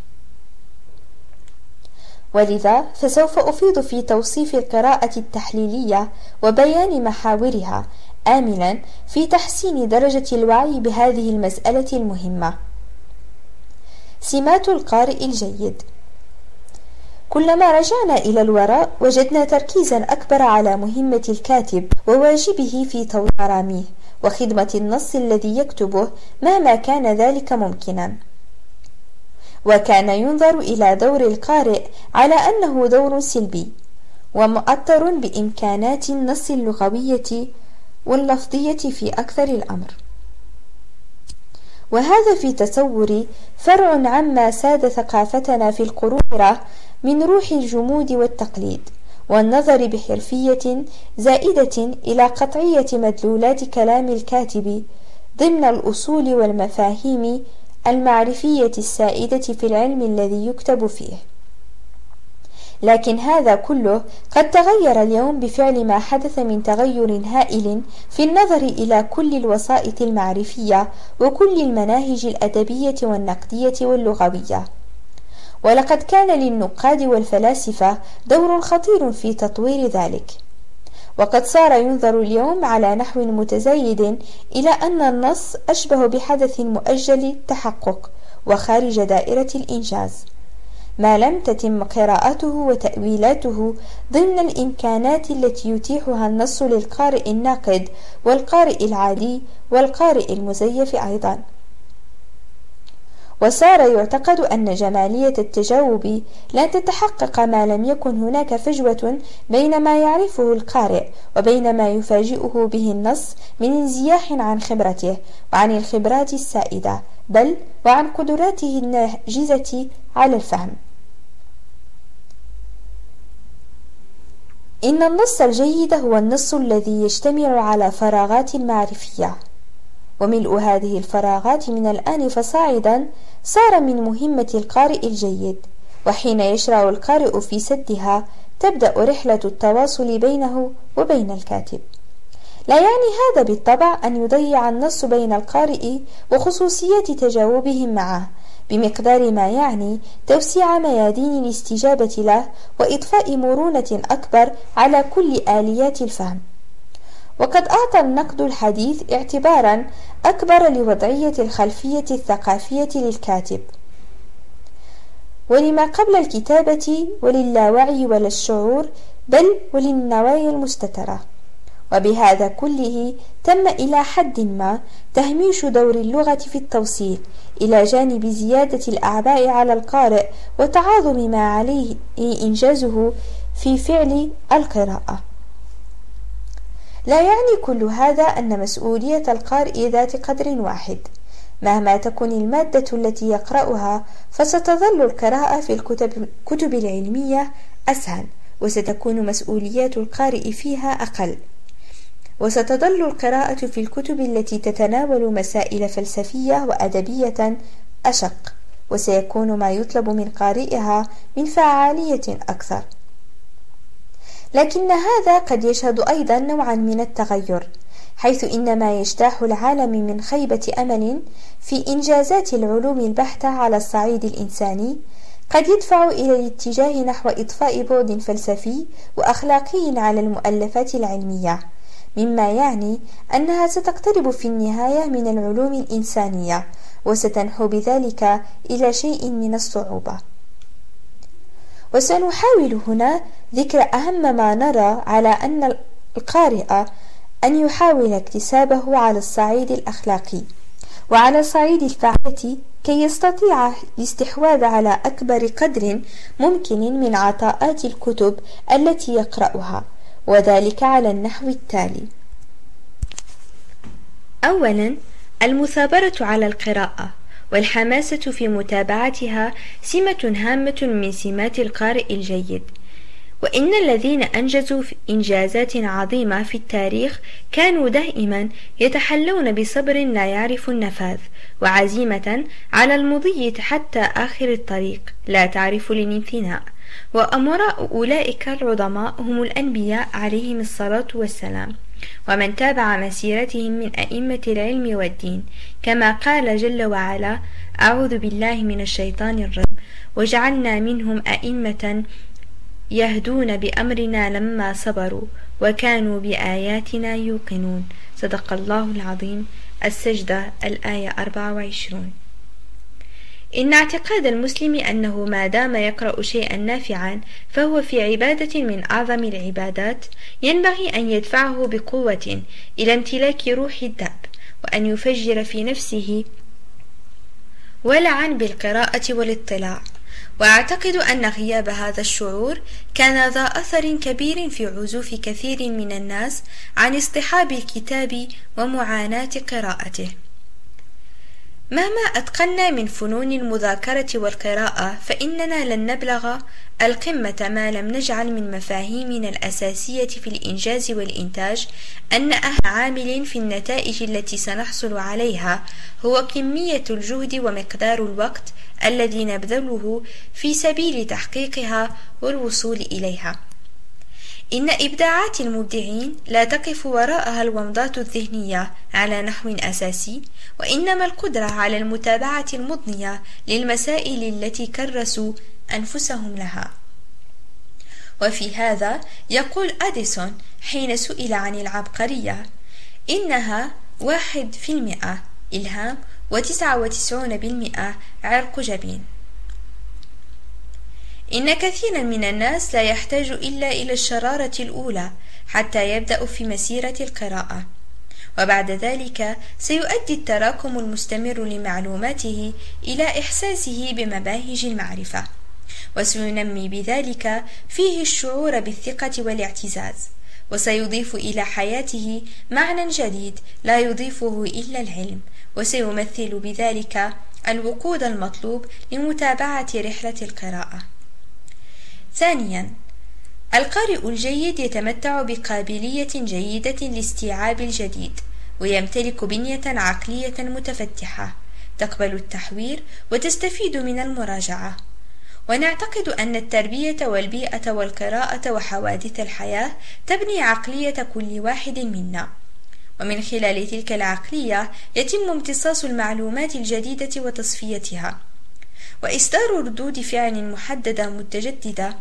ولذا فسوف أفيض في توصيف القراءة التحليلية وبيان محاورها، آملا في تحسين درجة الوعي بهذه المسألة المهمة. سمات القارئ الجيد. كلما رجعنا إلى الوراء وجدنا تركيزا أكبر على مهمة الكاتب وواجبه في توضيح مراميه وخدمة النص الذي يكتبه مهما كان ذلك ممكنا، وكان ينظر إلى دور القارئ على أنه دور سلبي ومؤثر بإمكانات النص اللغوية واللفظية في أكثر الأمر. وهذا في تصوري فرع عما ساد ثقافتنا في القرون من روح الجمود والتقليد والنظر بحرفية زائدة إلى قطعية مدلولات كلام الكاتب ضمن الأصول والمفاهيم المعرفية السائدة في العلم الذي يكتب فيه. لكن هذا كله قد تغير اليوم بفعل ما حدث من تغير هائل في النظر إلى كل الوسائط المعرفية وكل المناهج الأدبية والنقدية واللغوية. ولقد كان للنقاد والفلاسفة دور خطير في تطوير ذلك، وقد صار ينظر اليوم على نحو متزايد إلى أن النص أشبه بحدث مؤجل التحقق وخارج دائرة الإنجاز، ما لم تتم قراءته وتأويلاته ضمن الإمكانات التي يتيحها النص للقارئ الناقد والقارئ العادي والقارئ المزيف أيضا. وصار يعتقد أن جمالية التجاوب لن تتحقق ما لم يكن هناك فجوة بين ما يعرفه القارئ وبين ما يفاجئه به النص من انزياح عن خبرته وعن الخبرات السائدة، بل وعن قدراته الناجزة على الفهم. إن النص الجيد هو النص الذي يشتمل على فراغات معرفية، وملء هذه الفراغات من الآن فصاعدا صار من مهمة القارئ الجيد، وحين يشرع القارئ في سدها تبدأ رحلة التواصل بينه وبين الكاتب. لا يعني هذا بالطبع أن يضيع النص بين القارئ وخصوصيات تجاوبهم معه، بمقدار ما يعني توسيع ميادين الاستجابة له وإضفاء مرونة أكبر على كل آليات الفهم. وقد أعطى النقد الحديث اعتبارا أكبر لوضعية الخلفية الثقافية للكاتب ولما قبل الكتابة وللاوعي ولا الشعور، بل وللنوايا المستترة. وبهذا كله تم إلى حد ما تهميش دور اللغة في التوصيل، إلى جانب زيادة الأعباء على القارئ وتعاظم ما عليه إنجازه في فعل القراءة. لا يعني كل هذا أن مسؤولية القارئ ذات قدر واحد. مهما تكن المادة التي يقرأها فستظل القراءة في الكتب العلمية أسهل، وستكون مسؤوليات القارئ فيها أقل، وستظل القراءة في الكتب التي تتناول مسائل فلسفية وأدبية أشق، وسيكون ما يطلب من قارئها من فعالية أكثر. لكن هذا قد يشهد أيضا نوعا من التغير، حيث إن ما يجتاح العالم من خيبة أمل في إنجازات العلوم البحتة على الصعيد الإنساني قد يدفع إلى الاتجاه نحو إضفاء بعد فلسفي وأخلاقي على المؤلفات العلمية، مما يعني أنها ستقترب في النهاية من العلوم الإنسانية، وستنحو بذلك إلى شيء من الصعوبة. وسنحاول هنا ذكر أهم ما نرى على أن القارئ أن يحاول اكتسابه على الصعيد الأخلاقي وعلى صعيد الفعالية كي يستطيع الاستحواذ على أكبر قدر ممكن من عطاءات الكتب التي يقرأها، وذلك على النحو التالي: أولا، المثابرة على القراءة والحماسة في متابعتها سمة هامة من سمات القارئ الجيد، وإن الذين أنجزوا إنجازات عظيمة في التاريخ كانوا دائما يتحلون بصبر لا يعرف النفاذ، وعزيمة على المضي حتى آخر الطريق لا تعرف الانثناء. وأمراء أولئك العظماء هم الأنبياء عليهم الصلاة والسلام، ومن تابع مسيرتهم من أئمة العلم والدين، كما قال جل وعلا: أعوذ بالله من الشيطان الرجيم، وجعلنا منهم أئمة يهدون بأمرنا لما صبروا وكانوا بآياتنا يوقنون. صدق الله العظيم. السجدة، الآية أربعة وعشرين. إن اعتقاد المسلم أنه ما دام يقرأ شيئا نافعا فهو في عبادة من أعظم العبادات، ينبغي أن يدفعه بقوة إلى امتلاك روح الدأب، وأن يفجر في نفسه ولعا بالقراءة والاطلاع. وأعتقد أن غياب هذا الشعور كان ذا أثر كبير في عزوف كثير من الناس عن اصطحاب الكتاب ومعاناة قراءته. مهما أتقنا من فنون المذاكرة والقراءة فإننا لن نبلغ القمة ما لم نجعل من مفاهيمنا الأساسية في الإنجاز والإنتاج أن أهم عامل في النتائج التي سنحصل عليها هو كمية الجهد ومقدار الوقت الذي نبذله في سبيل تحقيقها والوصول إليها. إن إبداعات المبدعين لا تقف وراءها الومضات الذهنية على نحو أساسي، وإنما القدرة على المتابعة المضنية للمسائل التي كرسوا أنفسهم لها. وفي هذا يقول أديسون حين سئل عن العبقرية: إنها واحد في المئة إلهام وتسعة وتسعون بالمئة عرق جبين. إن كثيرا من الناس لا يحتاج إلا إلى الشرارة الأولى حتى يبدأ في مسيرة القراءة، وبعد ذلك سيؤدي التراكم المستمر لمعلوماته إلى إحساسه بمباهج المعرفة، وسينمي بذلك فيه الشعور بالثقة والاعتزاز، وسيضيف إلى حياته معنى جديد لا يضيفه إلا العلم، وسيمثل بذلك الوقود المطلوب لمتابعة رحلة القراءة. ثانيا، القارئ الجيد يتمتع بقابلية جيدة لاستيعاب الجديد، ويمتلك بنية عقلية متفتحة تقبل التحوير وتستفيد من المراجعة. ونعتقد أن التربية والبيئة والقراءة وحوادث الحياة تبني عقلية كل واحد منا، ومن خلال تلك العقلية يتم امتصاص المعلومات الجديدة وتصفيتها، وإصدار ردود فعل محددة متجددة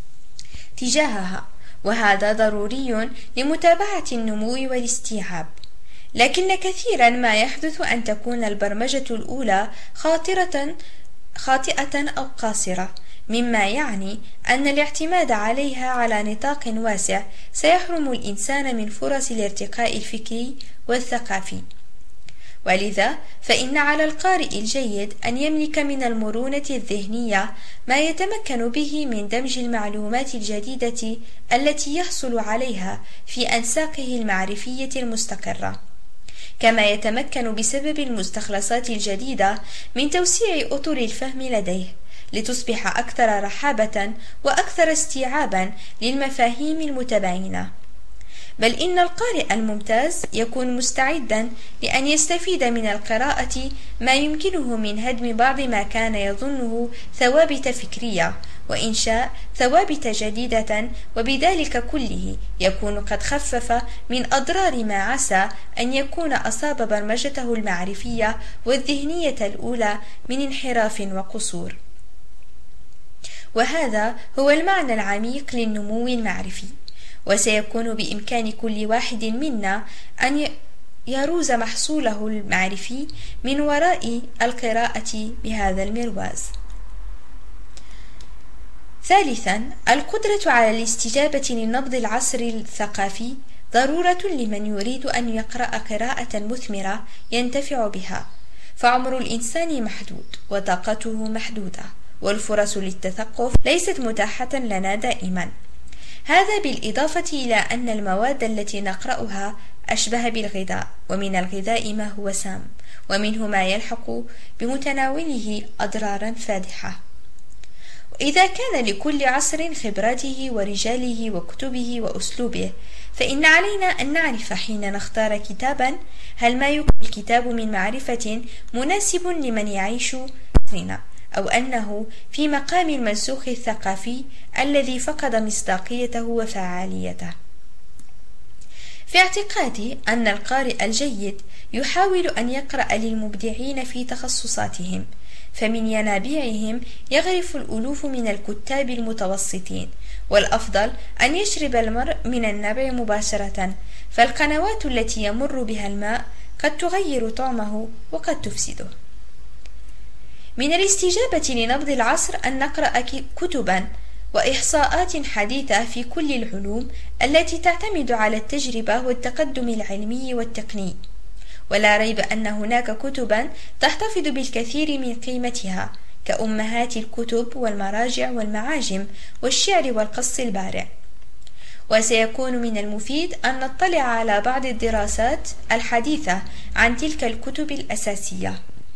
تجاهها، وهذا ضروري لمتابعة النمو والاستيعاب. لكن كثيرا ما يحدث أن تكون البرمجة الأولى خاطرة خاطئة أو قاصرة، مما يعني أن الاعتماد عليها على نطاق واسع سيحرم الإنسان من فرص الارتقاء الفكري والثقافي. ولذا فإن على القارئ الجيد أن يملك من المرونة الذهنية ما يتمكن به من دمج المعلومات الجديدة التي يحصل عليها في أنساقه المعرفية المستقرة، كما يتمكن بسبب المستخلصات الجديدة من توسيع أطر الفهم لديه لتصبح أكثر رحابة وأكثر استيعابا للمفاهيم المتباينة. بل إن القارئ الممتاز يكون مستعدا لأن يستفيد من القراءة ما يمكنه من هدم بعض ما كان يظنه ثوابت فكرية وإنشاء ثوابت جديدة، وبذلك كله يكون قد خفف من أضرار ما عسى أن يكون أصاب برمجته المعرفية والذهنية الأولى من انحراف وقصور. وهذا هو المعنى العميق للنمو المعرفي، وسيكون بإمكان كل واحد منا أن يروز محصوله المعرفي من وراء القراءة بهذا المرواز. ثالثا، القدرة على الاستجابة لنبض العصر الثقافي ضرورة لمن يريد أن يقرأ قراءة مثمرة ينتفع بها، فعمر الإنسان محدود وطاقته محدودة، والفرص للتثقف ليست متاحة لنا دائما. هذا بالإضافة إلى أن المواد التي نقرأها أشبه بالغذاء، ومن الغذاء ما هو سام، ومنه ما يلحق بمتناوله أضرارا فادحة. وإذا كان لكل عصر خبراته ورجاله وكتبه وأسلوبه، فإن علينا أن نعرف حين نختار كتابا هل ما يكون الكتاب من معرفة مناسب لمن يعيش عصرنا، أو أنه في مقام المنسوخ الثقافي الذي فقد مصداقيته وفعاليته. في اعتقادي أن القارئ الجيد يحاول أن يقرأ للمبدعين في تخصصاتهم، فمن ينابيعهم يغرف الألوف من الكتاب المتوسطين، والأفضل أن يشرب المرء من النبع مباشرة، فالقنوات التي يمر بها الماء قد تغير طعمه وقد تفسده. من الاستجابة لنبض العصر أن نقرأ كتبا وإحصاءات حديثة في كل العلوم التي تعتمد على التجربة والتقدم العلمي والتقني، ولا ريب أن هناك كتبا تحتفظ بالكثير من قيمتها كأمهات الكتب والمراجع والمعاجم والشعر والقص البارع. وسيكون من المفيد أن نطلع على بعض الدراسات الحديثة عن تلك الكتب الأساسية.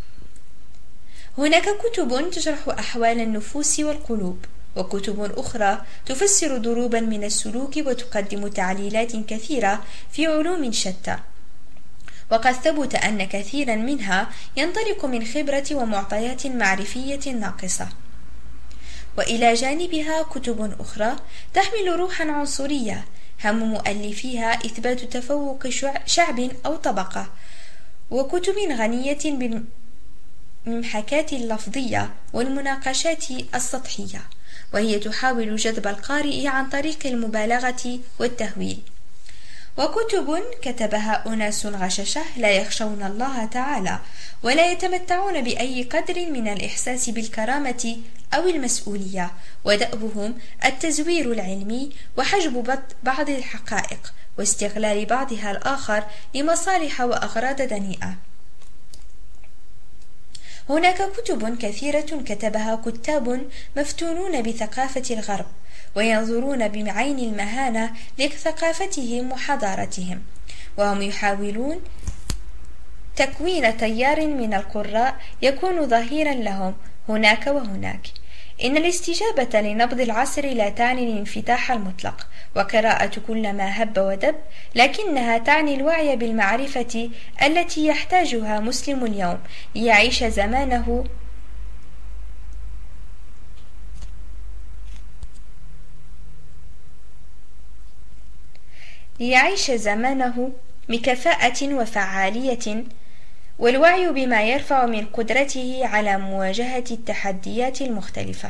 هناك كتب تشرح أحوال النفوس والقلوب، وكتب أخرى تفسر ضروبا من السلوك وتقدم تعليلات كثيرة في علوم شتى، وقد ثبت أن كثيرا منها ينطلق من خبرة ومعطيات معرفية ناقصة. وإلى جانبها كتب أخرى تحمل روحا عنصرية هم مؤلفيها إثبات تفوق شعب أو طبقة، وكتب غنية بالمحاكاة اللفظية والمناقشات السطحية، وهي تحاول جذب القارئ عن طريق المبالغة والتهويل. وكتب كتبها أناس غششة لا يخشون الله تعالى ولا يتمتعون بأي قدر من الإحساس بالكرامة أو المسؤولية، ودأبهم التزوير العلمي وحجب بعض الحقائق واستغلال بعضها الآخر لمصالح وأغراض دنيئة. هناك كتب كثيرة كتبها كتاب مفتونون بثقافة الغرب وينظرون بعين المهانة لثقافتهم وحضارتهم، وهم يحاولون تكوين تيار من القراء يكون ظهيرا لهم هناك وهناك. إن الاستجابة لنبض العصر لا تعني الانفتاح المطلق وقراءة كل ما هب ودب، لكنها تعني الوعي بالمعرفة التي يحتاجها مسلم اليوم ليعيش زمانه ليعيش زمانه بكفاءة وفعالية، والوعي بما يرفع من قدرته على مواجهة التحديات المختلفة.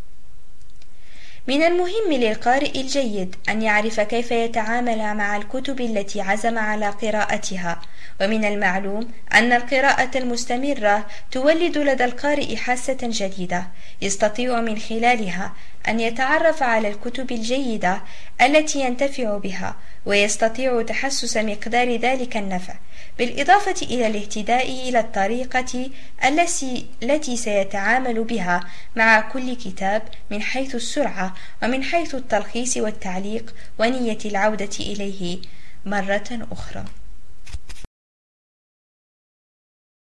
من المهم للقارئ الجيد أن يعرف كيف يتعامل مع الكتب التي عزم على قراءتها، ومن المعلوم أن القراءة المستمرة تولد لدى القارئ حاسة جديدة يستطيع من خلالها أن يتعرف على الكتب الجيدة التي ينتفع بها، ويستطيع تحسس مقدار ذلك النفع، بالإضافة إلى الاهتداء إلى الطريقة التي سيتعامل بها مع كل كتاب من حيث السرعة ومن حيث التلخيص والتعليق ونية العودة إليه مرة أخرى.